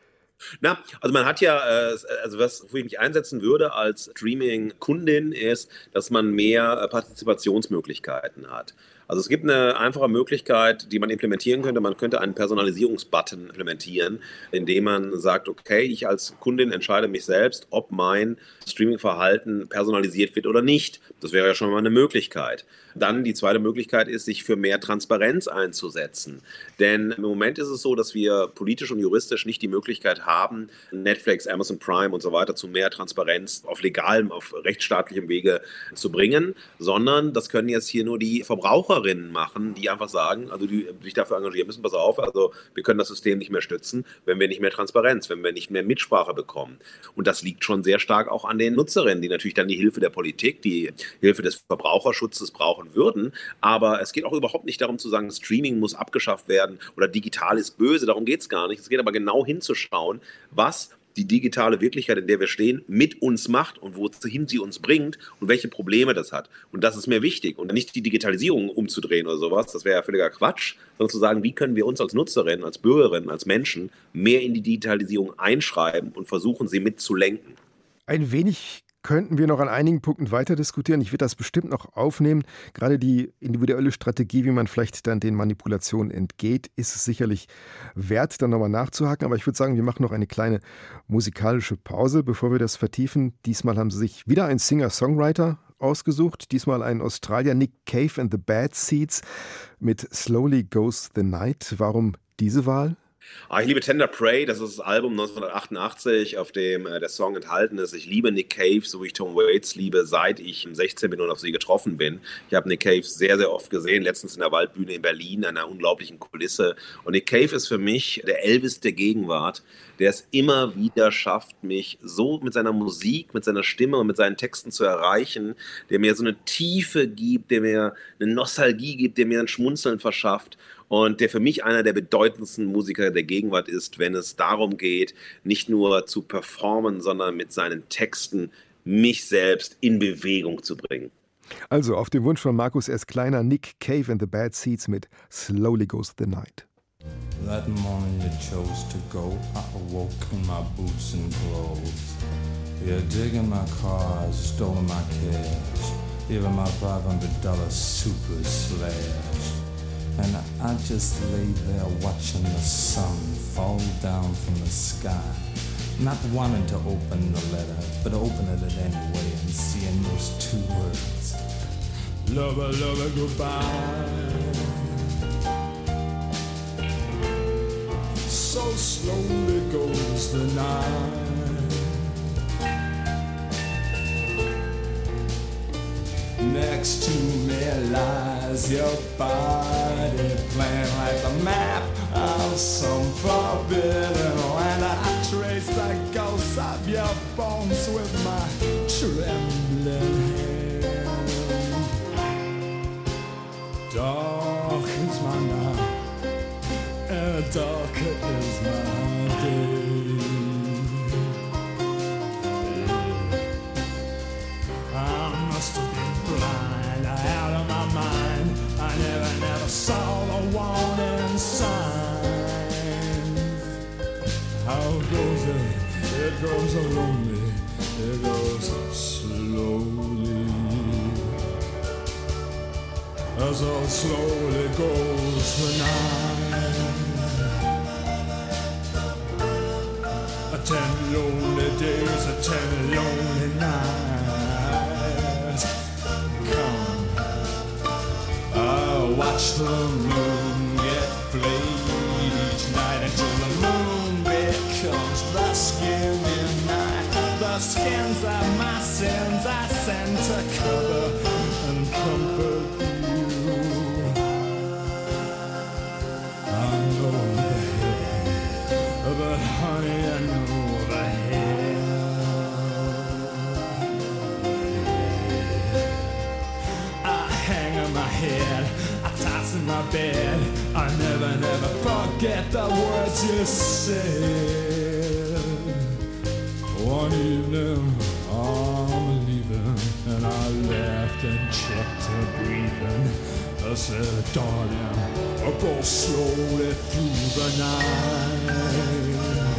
Na, also man hat ja, äh, also was, wo ich mich einsetzen würde als Streaming-Kundin ist, dass man mehr äh, Partizipationsmöglichkeiten hat. Also es gibt eine einfache Möglichkeit, die man implementieren könnte. Man könnte einen Personalisierungsbutton implementieren, indem man sagt, okay, ich als Kundin entscheide mich selbst, ob mein Streaming-Verhalten personalisiert wird oder nicht. Das wäre ja schon mal eine Möglichkeit. Dann die zweite Möglichkeit ist, sich für mehr Transparenz einzusetzen. Denn im Moment ist es so, dass wir politisch und juristisch nicht die Möglichkeit haben, Netflix, Amazon Prime und so weiter zu mehr Transparenz auf legalem, auf rechtsstaatlichem Wege zu bringen, sondern das können jetzt hier nur die Verbraucher machen, die einfach sagen, also die sich dafür engagieren müssen, pass auf, also wir können das System nicht mehr stützen, wenn wir nicht mehr Transparenz, wenn wir nicht mehr Mitsprache bekommen. Und das liegt schon sehr stark auch an den Nutzerinnen, die natürlich dann die Hilfe der Politik, die Hilfe des Verbraucherschutzes brauchen würden. Aber es geht auch überhaupt nicht darum zu sagen, Streaming muss abgeschafft werden oder digital ist böse, darum geht es gar nicht. Es geht aber genau hinzuschauen, was die digitale Wirklichkeit, in der wir stehen, mit uns macht und wohin sie uns bringt und welche Probleme das hat. Und das ist mir wichtig. Und nicht die Digitalisierung umzudrehen oder sowas, das wäre ja völliger Quatsch, sondern zu sagen, wie können wir uns als Nutzerinnen, als Bürgerinnen, als Menschen mehr in die Digitalisierung einschreiben und versuchen, sie mitzulenken. Ein wenig könnten wir noch an einigen Punkten weiter diskutieren. Ich werde das bestimmt noch aufnehmen. Gerade die individuelle Strategie, wie man vielleicht dann den Manipulationen entgeht, ist es sicherlich wert, dann nochmal nachzuhaken. Aber ich würde sagen, wir machen noch eine kleine musikalische Pause, bevor wir das vertiefen. Diesmal haben Sie sich wieder einen Singer-Songwriter ausgesucht. Diesmal ein Australier, Nick Cave and the Bad Seeds mit Slowly Goes the Night. Warum diese Wahl? Ah, ich liebe Tender Prey, das ist das Album neunzehnhundertachtundachtzig, auf dem äh, der Song enthalten ist. Ich liebe Nick Cave, so wie ich Tom Waits liebe, seit ich sechzehn bin und auf sie getroffen bin. Ich habe Nick Cave sehr, sehr oft gesehen, letztens in der Waldbühne in Berlin, einer unglaublichen Kulisse. Und Nick Cave ist für mich der Elvis der Gegenwart, der es immer wieder schafft, mich so mit seiner Musik, mit seiner Stimme und mit seinen Texten zu erreichen, der mir so eine Tiefe gibt, der mir eine Nostalgie gibt, der mir ein Schmunzeln verschafft. Und der für mich einer der bedeutendsten Musiker der Gegenwart ist, wenn es darum geht, nicht nur zu performen, sondern mit seinen Texten mich selbst in Bewegung zu bringen. Also auf den Wunsch von Markus S. Kleiner, Nick Cave and the Bad Seeds mit Slowly Goes the Night. That morning you chose to go, I awoke in my boots and clothes. You're digging my cars, stolen my cash, even my five hundred dollar super slash. And I just lay there watching the sun fall down from the sky, not wanting to open the letter, but open it anyway and seeing those two words, lover, lover, goodbye. So slowly goes the night. Next to me lies your body, playing like the map of some forbidden land. I trace the ghosts of your bones with my trembling hand. Dark is my night, and darker is my day. I must have been blind, out of my mind. I never, never saw the warning sign. How goes it? It goes lonely, it goes slowly. So slowly goes the night. A ten lonely days, a ten lonely nights. Come, I'll watch the moon get flayed each night until the moon becomes the skin night. The skins of my sins I send to cover and comfort you. I know the heaven, but honey, I know the hell. I hang on my head, I toss in my bed. I never, never forget the words you said. One evening, I'm leaving, and I laughed and checked her breathing. I said, darling, I'll go slowly through the night.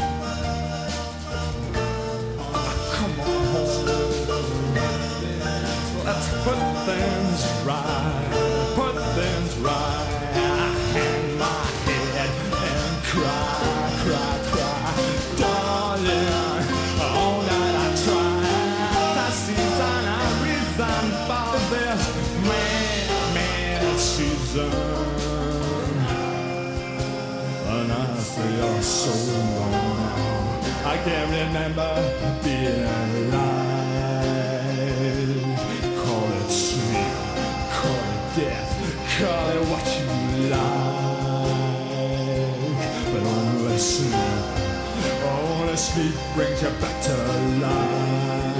Oh, come on home, let's put things right, put things right. I hang my head and cry, cry, cry, darling. All night I try to season a reason for this man, man season. And I say you're so long now, I can't remember being alive. Call it sleep, call it death, call it what you like, but only sleep, only sleep brings you back to life.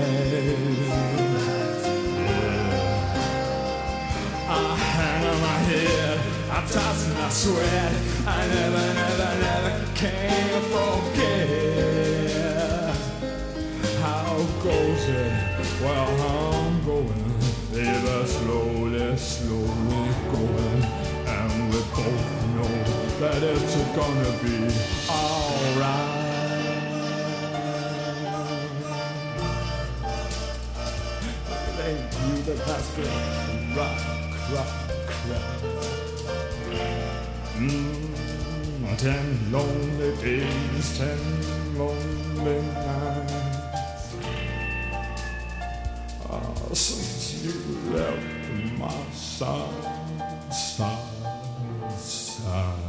Yeah. I hang on my head, I toss and I sweat, I never, never, never can forget. How goes it? Well, I'm going, ever slowly, slowly going, and we both know that it's gonna be alright. Alaska, rock, rock, rock. Mm, ten lonely days, ten lonely nights. Ah, since you left my side, side, side.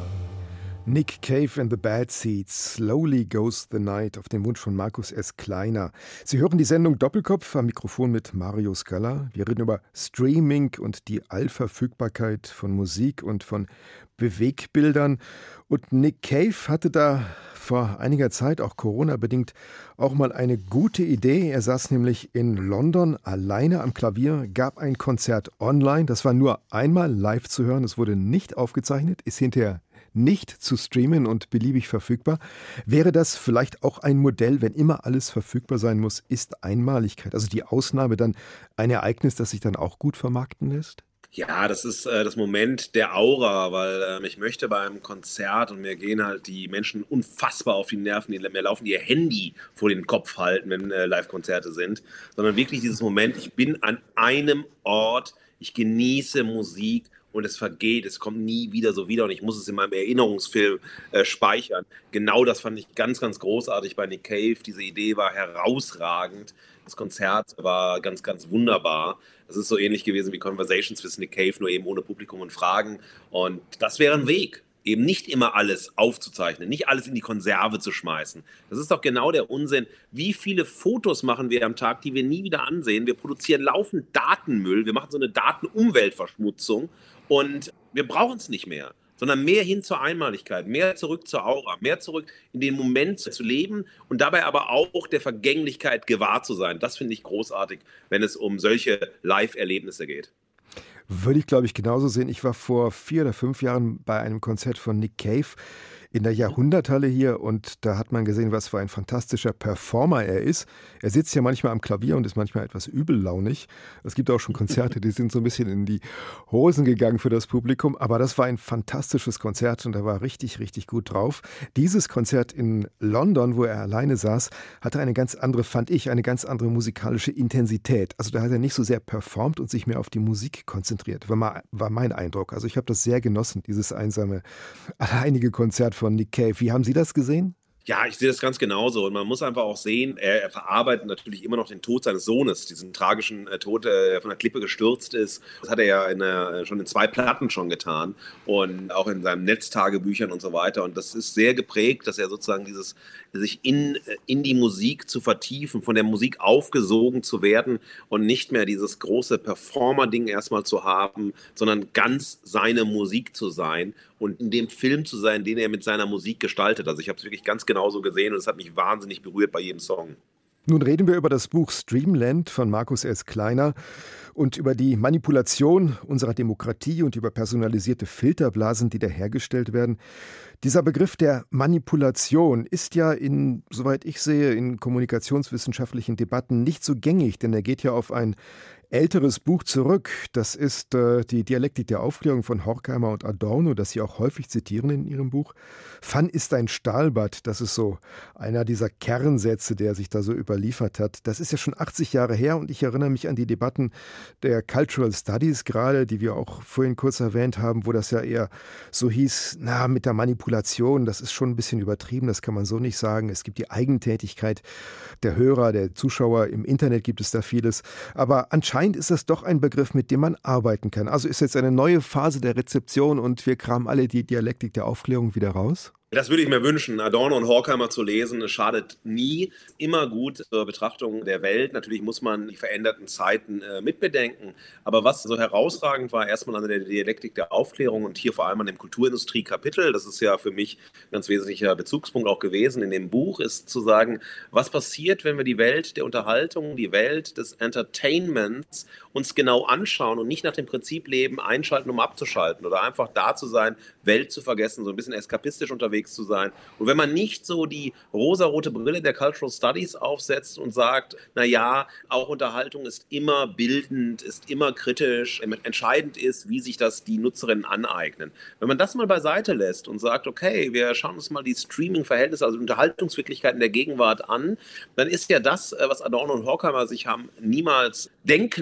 Nick Cave and the Bad Seeds, Slowly Goes the Night, auf den Wunsch von Markus S. Kleiner. Sie hören die Sendung Doppelkopf am Mikrofon mit Mario Scala. Wir reden über Streaming und die Allverfügbarkeit von Musik und von Bewegbildern. Und Nick Cave hatte da vor einiger Zeit, auch Corona-bedingt, auch mal eine gute Idee. Er saß nämlich in London alleine am Klavier, gab ein Konzert online. Das war nur einmal live zu hören. Es wurde nicht aufgezeichnet, ist hinterher nicht zu streamen und beliebig verfügbar. Wäre das vielleicht auch ein Modell, wenn immer alles verfügbar sein muss, ist Einmaligkeit, also die Ausnahme dann ein Ereignis, das sich dann auch gut vermarkten lässt? Ja, das ist äh, das Moment der Aura, weil ähm, ich möchte bei einem Konzert und mir gehen halt die Menschen unfassbar auf die Nerven, die, mir laufen ihr Handy vor den Kopf halten, wenn äh, Live-Konzerte sind, sondern wirklich dieses Moment, ich bin an einem Ort, ich genieße Musik, und es vergeht, es kommt nie wieder so wieder und ich muss es in meinem Erinnerungsfilm äh, speichern. Genau das fand ich ganz, ganz großartig bei Nick Cave. Diese Idee war herausragend. Das Konzert war ganz, ganz wunderbar. Das ist so ähnlich gewesen wie Conversations with Nick Cave, nur eben ohne Publikum und Fragen. Und das wäre ein Weg, eben nicht immer alles aufzuzeichnen, nicht alles in die Konserve zu schmeißen. Das ist doch genau der Unsinn. Wie viele Fotos machen wir am Tag, die wir nie wieder ansehen? Wir produzieren laufend Datenmüll, wir machen so eine Datenumweltverschmutzung und wir brauchen es nicht mehr, sondern mehr hin zur Einmaligkeit, mehr zurück zur Aura, mehr zurück in den Moment zu leben und dabei aber auch der Vergänglichkeit gewahr zu sein. Das finde ich großartig, wenn es um solche Live-Erlebnisse geht. Würde ich, glaube ich, genauso sehen. Ich war vor vier oder fünf Jahren bei einem Konzert von Nick Cave in der Jahrhunderthalle hier und da hat man gesehen, was für ein fantastischer Performer er ist. Er sitzt ja manchmal am Klavier und ist manchmal etwas übellaunig. Es gibt auch schon Konzerte, die sind so ein bisschen in die Hosen gegangen für das Publikum, aber das war ein fantastisches Konzert und er war richtig, richtig gut drauf. Dieses Konzert in London, wo er alleine saß, hatte eine ganz andere, fand ich, eine ganz andere musikalische Intensität. Also da hat er nicht so sehr performt und sich mehr auf die Musik konzentriert, war, mal, war mein Eindruck. Also ich habe das sehr genossen, dieses einsame, alleinige Konzert von Nick Cave. Wie haben Sie das gesehen? Ja, ich sehe das ganz genauso und man muss einfach auch sehen, er, er verarbeitet natürlich immer noch den Tod seines Sohnes, diesen tragischen äh, Tod, der von der Klippe gestürzt ist. Das hat er ja in der, schon in zwei Platten schon getan und auch in seinen Netztagebüchern und so weiter und das ist sehr geprägt, dass er sozusagen dieses, sich in, in die Musik zu vertiefen, von der Musik aufgesogen zu werden und nicht mehr dieses große Performer-Ding erstmal zu haben, sondern ganz seine Musik zu sein und in dem Film zu sein, den er mit seiner Musik gestaltet. Also ich habe es wirklich ganz genauso gesehen und es hat mich wahnsinnig berührt bei jedem Song. Nun reden wir über das Buch Streamland von Markus S. Kleiner und über die Manipulation unserer Demokratie und über personalisierte Filterblasen, die da hergestellt werden. Dieser Begriff der Manipulation ist ja in, soweit ich sehe, in kommunikationswissenschaftlichen Debatten nicht so gängig, denn er geht ja auf ein älteres Buch zurück. Das ist äh, die Dialektik der Aufklärung von Horkheimer und Adorno, das Sie auch häufig zitieren in Ihrem Buch. Fun ist ein Stahlbad, das ist so einer dieser Kernsätze, der sich da so überliefert hat. Das ist ja schon achtzig Jahre her und ich erinnere mich an die Debatten der Cultural Studies gerade, die wir auch vorhin kurz erwähnt haben, wo das ja eher so hieß, na, mit der Manipulation, das ist schon ein bisschen übertrieben, das kann man so nicht sagen. Es gibt die Eigentätigkeit der Hörer, der Zuschauer, im Internet gibt es da vieles, aber anscheinend ist das doch ein Begriff, mit dem man arbeiten kann. Also ist jetzt eine neue Phase der Rezeption und wir kramen alle die Dialektik der Aufklärung wieder raus? Das würde ich mir wünschen, Adorno und Horkheimer zu lesen. Es schadet nie. Immer gut zur Betrachtung der Welt. Natürlich muss man die veränderten Zeiten äh, mitbedenken. Aber was so herausragend war, erstmal an der Dialektik der Aufklärung und hier vor allem an dem Kulturindustrie-Kapitel, das ist ja für mich ein ganz wesentlicher Bezugspunkt auch gewesen in dem Buch, ist zu sagen, was passiert, wenn wir die Welt der Unterhaltung, die Welt des Entertainments uns genau anschauen und nicht nach dem Prinzip leben, einschalten, um abzuschalten oder einfach da zu sein, Welt zu vergessen, so ein bisschen eskapistisch unterwegs zu sein. Und wenn man nicht so die rosarote Brille der Cultural Studies aufsetzt und sagt, naja, auch Unterhaltung ist immer bildend, ist immer kritisch, entscheidend ist, wie sich das die Nutzerinnen aneignen. Wenn man das mal beiseite lässt und sagt, okay, wir schauen uns mal die Streaming-Verhältnisse, also Unterhaltungswirklichkeiten der Gegenwart an, dann ist ja das, was Adorno und Horkheimer sich haben niemals denken können,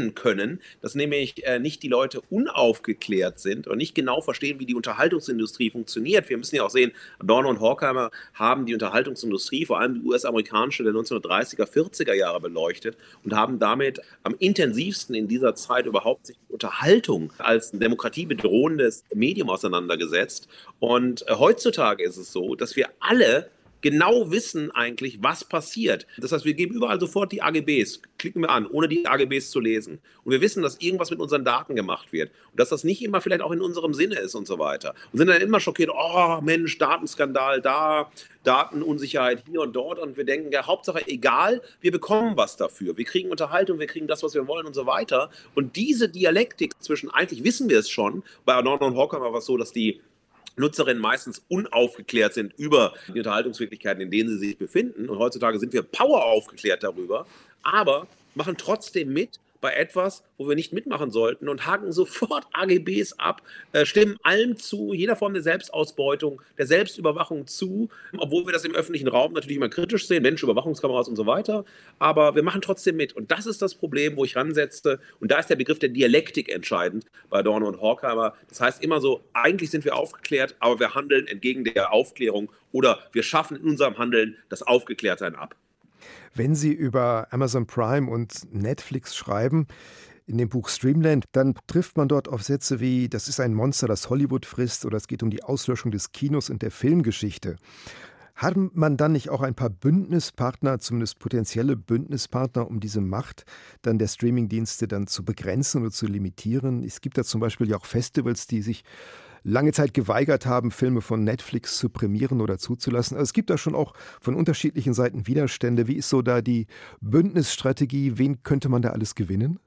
meinen, dass nämlich äh, nicht die Leute unaufgeklärt sind und nicht genau verstehen, wie die Unterhaltungsindustrie funktioniert. Wir müssen ja auch sehen, Adorno und Horkheimer haben die Unterhaltungsindustrie, vor allem die U S-amerikanische der neunzehnhundertdreißiger, vierziger Jahre beleuchtet und haben damit am intensivsten in dieser Zeit überhaupt sich mit Unterhaltung als ein demokratiebedrohendes Medium auseinandergesetzt. Und äh, heutzutage ist es so, dass wir alle genau wissen eigentlich, was passiert. Das heißt, wir geben überall sofort die A G Bs, klicken wir an, ohne die A G Bs zu lesen. Und wir wissen, dass irgendwas mit unseren Daten gemacht wird und dass das nicht immer vielleicht auch in unserem Sinne ist und so weiter. Und sind dann immer schockiert, oh Mensch, Datenskandal da, Datenunsicherheit hier und dort. Und wir denken, ja, Hauptsache egal, wir bekommen was dafür. Wir kriegen Unterhaltung, wir kriegen das, was wir wollen und so weiter. Und diese Dialektik zwischen, eigentlich wissen wir es schon, bei Adorno und Horkheimer war es so, dass die Nutzerinnen meistens unaufgeklärt sind über die Unterhaltungswirklichkeiten, in denen sie sich befinden. Und heutzutage sind wir power aufgeklärt darüber, aber machen trotzdem mit bei etwas, wo wir nicht mitmachen sollten und haken sofort A G Bs ab, äh, stimmen allem zu, jeder Form der Selbstausbeutung, der Selbstüberwachung zu, obwohl wir das im öffentlichen Raum natürlich immer kritisch sehen, Menschen, Überwachungskameras und so weiter, aber wir machen trotzdem mit. Und das ist das Problem, wo ich ransetze. Und da ist der Begriff der Dialektik entscheidend bei Adorno und Horkheimer. Das heißt immer so, eigentlich sind wir aufgeklärt, aber wir handeln entgegen der Aufklärung oder wir schaffen in unserem Handeln das Aufgeklärtsein ab. Wenn Sie über Amazon Prime und Netflix schreiben, in dem Buch Streamland, dann trifft man dort auf Sätze wie, das ist ein Monster, das Hollywood frisst, oder es geht um die Auslöschung des Kinos und der Filmgeschichte. Hat man dann nicht auch ein paar Bündnispartner, zumindest potenzielle Bündnispartner, um diese Macht dann der Streamingdienste dann zu begrenzen oder zu limitieren? Es gibt da zum Beispiel ja auch Festivals, die sich lange Zeit geweigert haben, Filme von Netflix zu prämieren oder zuzulassen. Also es gibt da schon auch von unterschiedlichen Seiten Widerstände. Wie ist so da die Bündnisstrategie? Wen könnte man da alles gewinnen?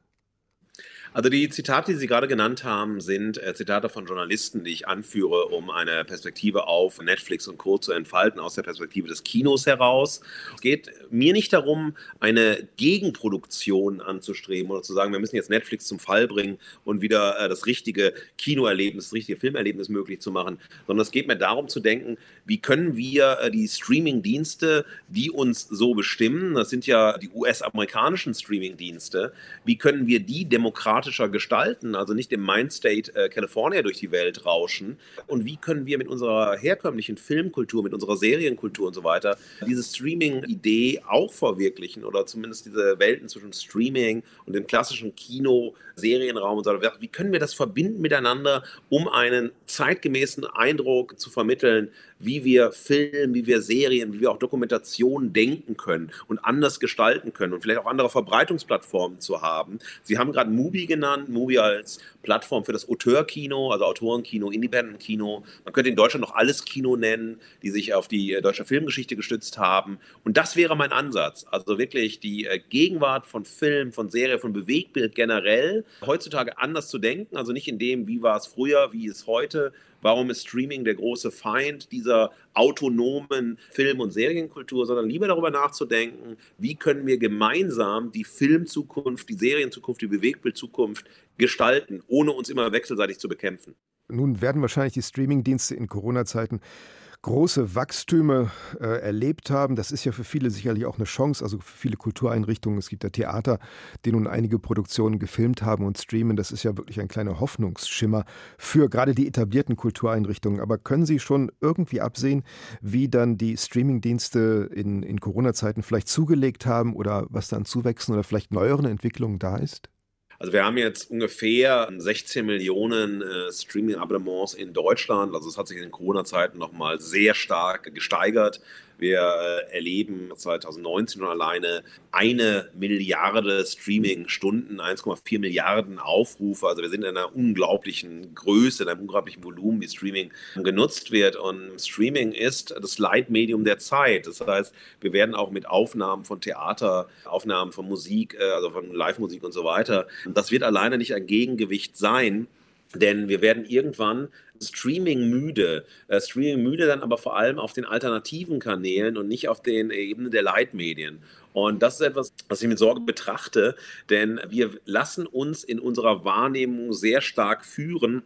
Also die Zitate, die Sie gerade genannt haben, sind äh, Zitate von Journalisten, die ich anführe, um eine Perspektive auf Netflix und Co. zu entfalten, aus der Perspektive des Kinos heraus. Es geht mir nicht darum, eine Gegenproduktion anzustreben oder zu sagen, wir müssen jetzt Netflix zum Fall bringen und wieder äh, das richtige Kinoerlebnis, das richtige Filmerlebnis möglich zu machen, sondern es geht mir darum zu denken, wie können wir äh, die Streaming-Dienste, die uns so bestimmen, das sind ja die U S-amerikanischen Streaming-Dienste, wie können wir die demokratisch gestalten, also nicht im Mindstate äh, California durch die Welt rauschen. Und wie können wir mit unserer herkömmlichen Filmkultur, mit unserer Serienkultur und so weiter diese Streaming-Idee auch verwirklichen oder zumindest diese Welten zwischen Streaming und dem klassischen Kino, Serienraum und so weiter. Wie können wir das verbinden miteinander, um einen zeitgemäßen Eindruck zu vermitteln, wie wir Film, wie wir Serien, wie wir auch Dokumentation denken können und anders gestalten können und vielleicht auch andere Verbreitungsplattformen zu haben. Sie haben gerade Mubi genannt, Mubi als Plattform für das Auteurkino, also Autorenkino, Independent-Kino. Man könnte in Deutschland noch alles Kino nennen, die sich auf die deutsche Filmgeschichte gestützt haben. Und das wäre mein Ansatz. Also wirklich die Gegenwart von Film, von Serie, von Bewegtbild generell heutzutage anders zu denken. Also nicht in dem, wie war es früher, wie ist heute. Warum ist Streaming der große Feind dieser autonomen Film- und Serienkultur, sondern lieber darüber nachzudenken, wie können wir gemeinsam die Filmzukunft, die Serienzukunft, die Bewegtbildzukunft gestalten, ohne uns immer wechselseitig zu bekämpfen. Nun werden wahrscheinlich die Streamingdienste in Corona-Zeiten große Wachstüme äh, erlebt haben. Das ist ja für viele sicherlich auch eine Chance, also für viele Kultureinrichtungen. Es gibt ja Theater, die nun einige Produktionen gefilmt haben und streamen. Das ist ja wirklich ein kleiner Hoffnungsschimmer für gerade die etablierten Kultureinrichtungen. Aber können Sie schon irgendwie absehen, wie dann die Streamingdienste in, in Corona-Zeiten vielleicht zugelegt haben oder was da an Zuwächsen oder vielleicht neueren Entwicklungen da ist? Also wir haben jetzt ungefähr sechzehn Millionen äh, Streaming-Abonnements in Deutschland. Also es hat sich in den Corona-Zeiten nochmal sehr stark gesteigert. Wir äh, erleben zwanzig neunzehn alleine eine Milliarde Streaming-Stunden, eins Komma vier Milliarden Aufrufe. Also wir sind in einer unglaublichen Größe, in einem unglaublichen Volumen, wie Streaming genutzt wird. Und Streaming ist das Leitmedium der Zeit. Das heißt, wir werden auch mit Aufnahmen von Theater, Aufnahmen von Musik, äh, also von Live-Musik und so weiter. Das wird alleine nicht ein Gegengewicht sein. Denn wir werden irgendwann Streaming müde. Äh, Streaming müde dann aber vor allem auf den alternativen Kanälen und nicht auf den Ebenen der Leitmedien. Und das ist etwas, was ich mit Sorge betrachte, denn wir lassen uns in unserer Wahrnehmung sehr stark führen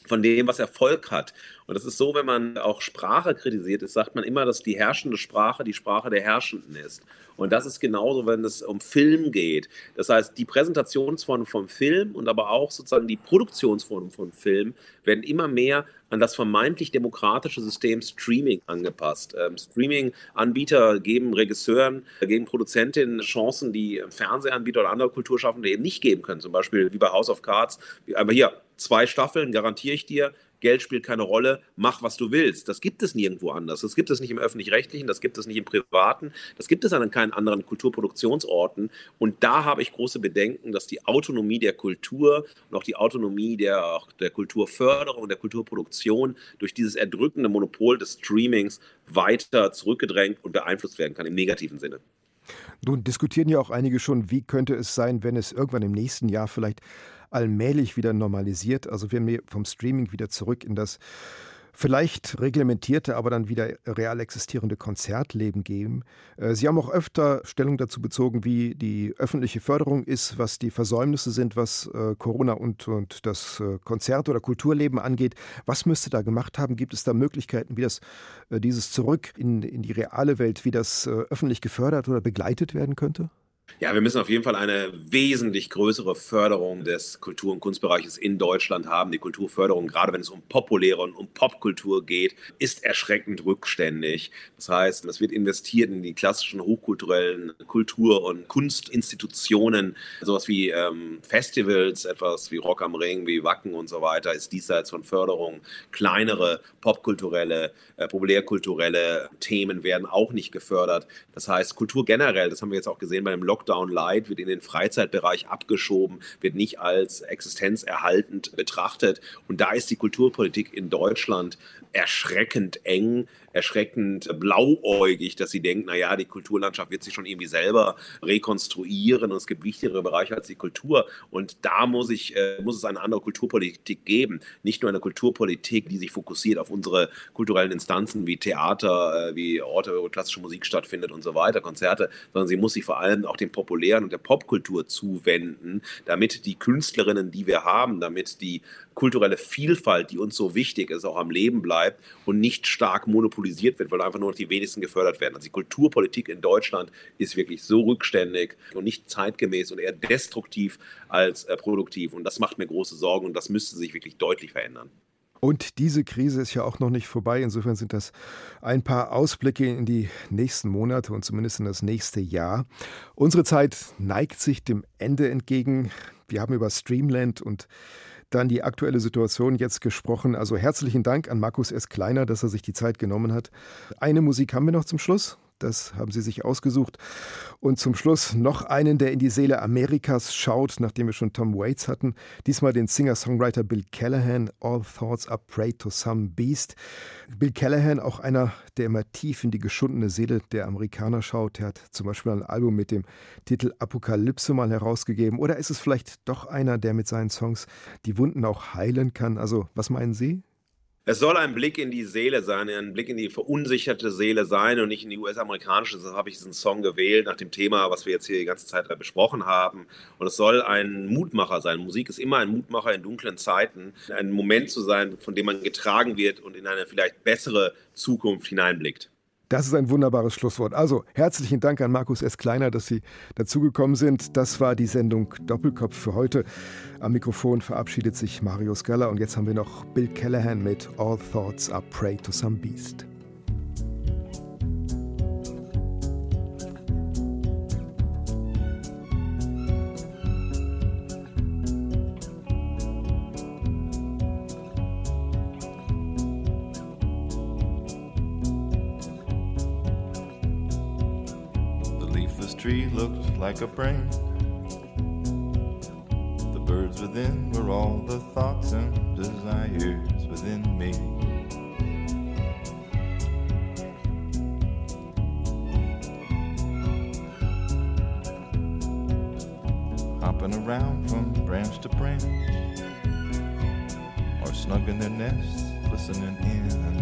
von dem, was Erfolg hat. Und das ist so, wenn man auch Sprache kritisiert ist, sagt man immer, dass die herrschende Sprache die Sprache der Herrschenden ist. Und das ist genauso, wenn es um Film geht. Das heißt, die Präsentationsform vom Film und aber auch sozusagen die Produktionsform von Film werden immer mehr an das vermeintlich demokratische System Streaming angepasst. Ähm, Streaming-Anbieter geben Regisseuren, geben Produzentinnen Chancen, die Fernsehanbieter oder andere Kulturschaffende eben nicht geben können. Zum Beispiel wie bei House of Cards. Aber hier, zwei Staffeln, garantiere ich dir, Geld spielt keine Rolle, mach, was du willst. Das gibt es nirgendwo anders. Das gibt es nicht im Öffentlich-Rechtlichen, das gibt es nicht im Privaten, das gibt es an keinen anderen Kulturproduktionsorten. Und da habe ich große Bedenken, dass die Autonomie der Kultur und auch die Autonomie der, auch der Kulturförderung, der Kulturproduktion durch dieses erdrückende Monopol des Streamings weiter zurückgedrängt und beeinflusst werden kann, im negativen Sinne. Nun diskutieren ja auch einige schon, wie könnte es sein, wenn es irgendwann im nächsten Jahr vielleicht allmählich wieder normalisiert, also wenn wir vom Streaming wieder zurück in das vielleicht reglementierte, aber dann wieder real existierende Konzertleben geben. Sie haben auch öfter Stellung dazu bezogen, wie die öffentliche Förderung ist, was die Versäumnisse sind, was Corona und, und das Konzert- oder Kulturleben angeht. Was müsste da gemacht haben? Gibt es da Möglichkeiten, wie das, dieses zurück in, in die reale Welt, wie das öffentlich gefördert oder begleitet werden könnte? Ja, wir müssen auf jeden Fall eine wesentlich größere Förderung des Kultur- und Kunstbereiches in Deutschland haben. Die Kulturförderung, gerade wenn es um populäre und um Popkultur geht, ist erschreckend rückständig. Das heißt, es wird investiert in die klassischen hochkulturellen Kultur- und Kunstinstitutionen. Sowas wie ähm, Festivals, etwas wie Rock am Ring, wie Wacken und so weiter, ist diesseits von Förderung. Kleinere popkulturelle, äh, populärkulturelle Themen werden auch nicht gefördert. Das heißt, Kultur generell, das haben wir jetzt auch gesehen bei dem Lockdown, Lockdown Light, wird in den Freizeitbereich abgeschoben, wird nicht als existenzerhaltend betrachtet. Und da ist die Kulturpolitik in Deutschland erschreckend eng, erschreckend blauäugig, dass sie denkt, naja, die Kulturlandschaft wird sich schon irgendwie selber rekonstruieren und es gibt wichtigere Bereiche als die Kultur. Und da muss, ich, äh, muss es eine andere Kulturpolitik geben. Nicht nur eine Kulturpolitik, die sich fokussiert auf unsere kulturellen Instanzen wie Theater, äh, wie Orte, wo klassische Musik stattfindet und so weiter, Konzerte, sondern sie muss sich vor allem auch dem populären und der Popkultur zuwenden, damit die Künstlerinnen, die wir haben, damit die kulturelle Vielfalt, die uns so wichtig ist, auch am Leben bleibt und nicht stark monopolisiert wird, weil einfach nur noch die wenigsten gefördert werden. Also die Kulturpolitik in Deutschland ist wirklich so rückständig und nicht zeitgemäß und eher destruktiv als äh, produktiv. Und das macht mir große Sorgen und das müsste sich wirklich deutlich verändern. Und diese Krise ist ja auch noch nicht vorbei. Insofern sind das ein paar Ausblicke in die nächsten Monate und zumindest in das nächste Jahr. Unsere Zeit neigt sich dem Ende entgegen. Wir haben über Streamland und dann die aktuelle Situation jetzt gesprochen. Also herzlichen Dank an Markus S. Kleiner, dass er sich die Zeit genommen hat. Eine Musik haben wir noch zum Schluss. Das haben Sie sich ausgesucht. Und zum Schluss noch einen, der in die Seele Amerikas schaut, nachdem wir schon Tom Waits hatten. Diesmal den Singer-Songwriter Bill Callahan. All thoughts are prayed to some beast. Bill Callahan, auch einer, der immer tief in die geschundene Seele der Amerikaner schaut. Er hat zum Beispiel ein Album mit dem Titel Apokalypse mal herausgegeben. Oder ist es vielleicht doch einer, der mit seinen Songs die Wunden auch heilen kann? Also, was meinen Sie? Es soll ein Blick in die Seele sein, ein Blick in die verunsicherte Seele sein und nicht in die U S-amerikanische. Deshalb habe ich diesen Song gewählt nach dem Thema, was wir jetzt hier die ganze Zeit besprochen haben. Und es soll ein Mutmacher sein. Musik ist immer ein Mutmacher in dunklen Zeiten. Ein Moment zu sein, von dem man getragen wird und in eine vielleicht bessere Zukunft hineinblickt. Das ist ein wunderbares Schlusswort. Also herzlichen Dank an Markus S. Kleiner, dass Sie dazugekommen sind. Das war die Sendung Doppelkopf für heute. Am Mikrofon verabschiedet sich Mario Scala und jetzt haben wir noch Bill Callahan mit All Thoughts Are Prey to Some Beast. Tree looked like a brain. The birds within were all the thoughts and desires within me. Hopping around from branch to branch, or snug in their nests, listening in.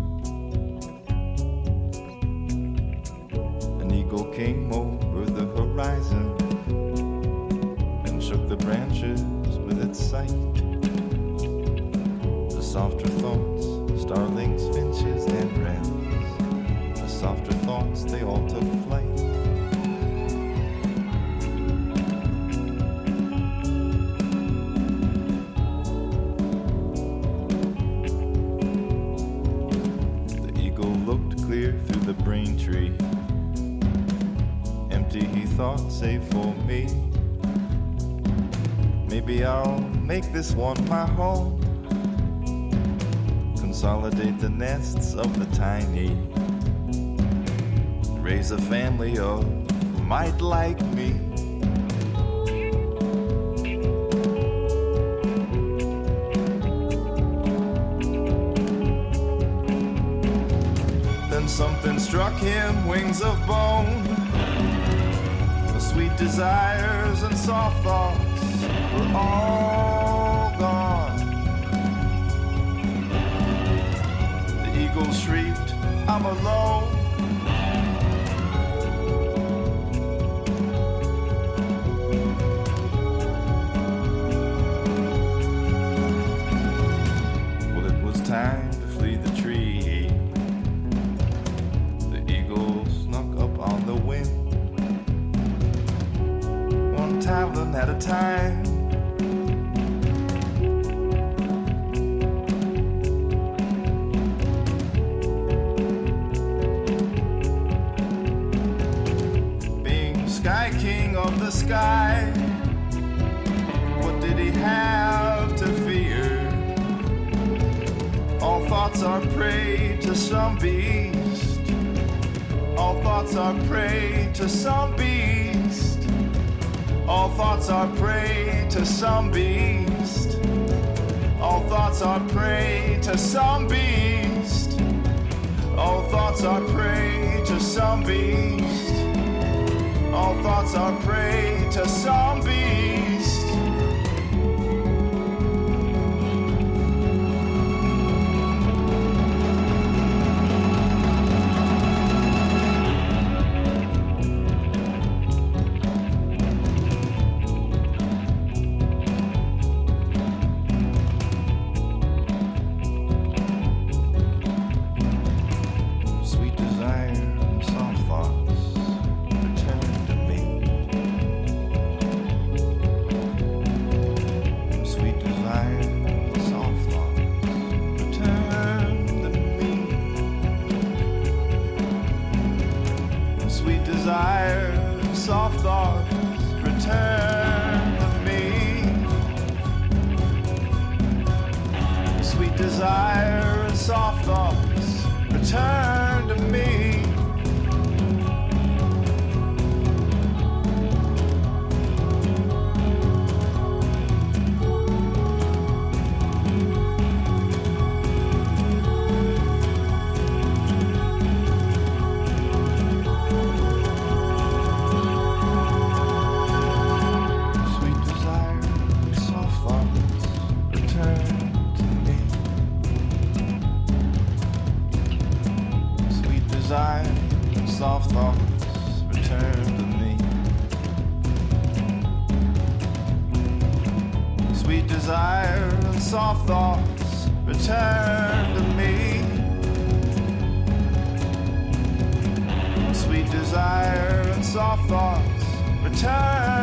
Came over the horizon. shook the branches with its sight. The softer thoughts, starlings, finches, and wrens, the softer thoughts, they all took flight. The eagle looked clear through the brain tree. Empty, he thought, save for me. Maybe I'll make this one my home. Consolidate the nests of the tiny. Raise a family of might like me. Then something struck him, wings of bone. The sweet desires and soft thoughts were all gone. The eagle shrieked, I'm alone. Well, it was time to flee the tree. The eagle snuck up on the wind, one talon at a time. Sky, what did he have to fear? All thoughts are prey to some beast. All thoughts are prey to some beast. All thoughts are prey to some beast. All thoughts are prey to some beast. All thoughts are prey to some beast. All thoughts are prey to some beast. Sweet desire and soft thoughts return to me. Sweet desire and soft thoughts return to me. Sweet desire and soft thoughts return to me. Sweet desire and soft thoughts return to me. Sweet desire and soft thoughts return to me. Sweet desire and soft thoughts return to me. Sweet desire and soft thoughts return to me. Sweet desire and soft thoughts return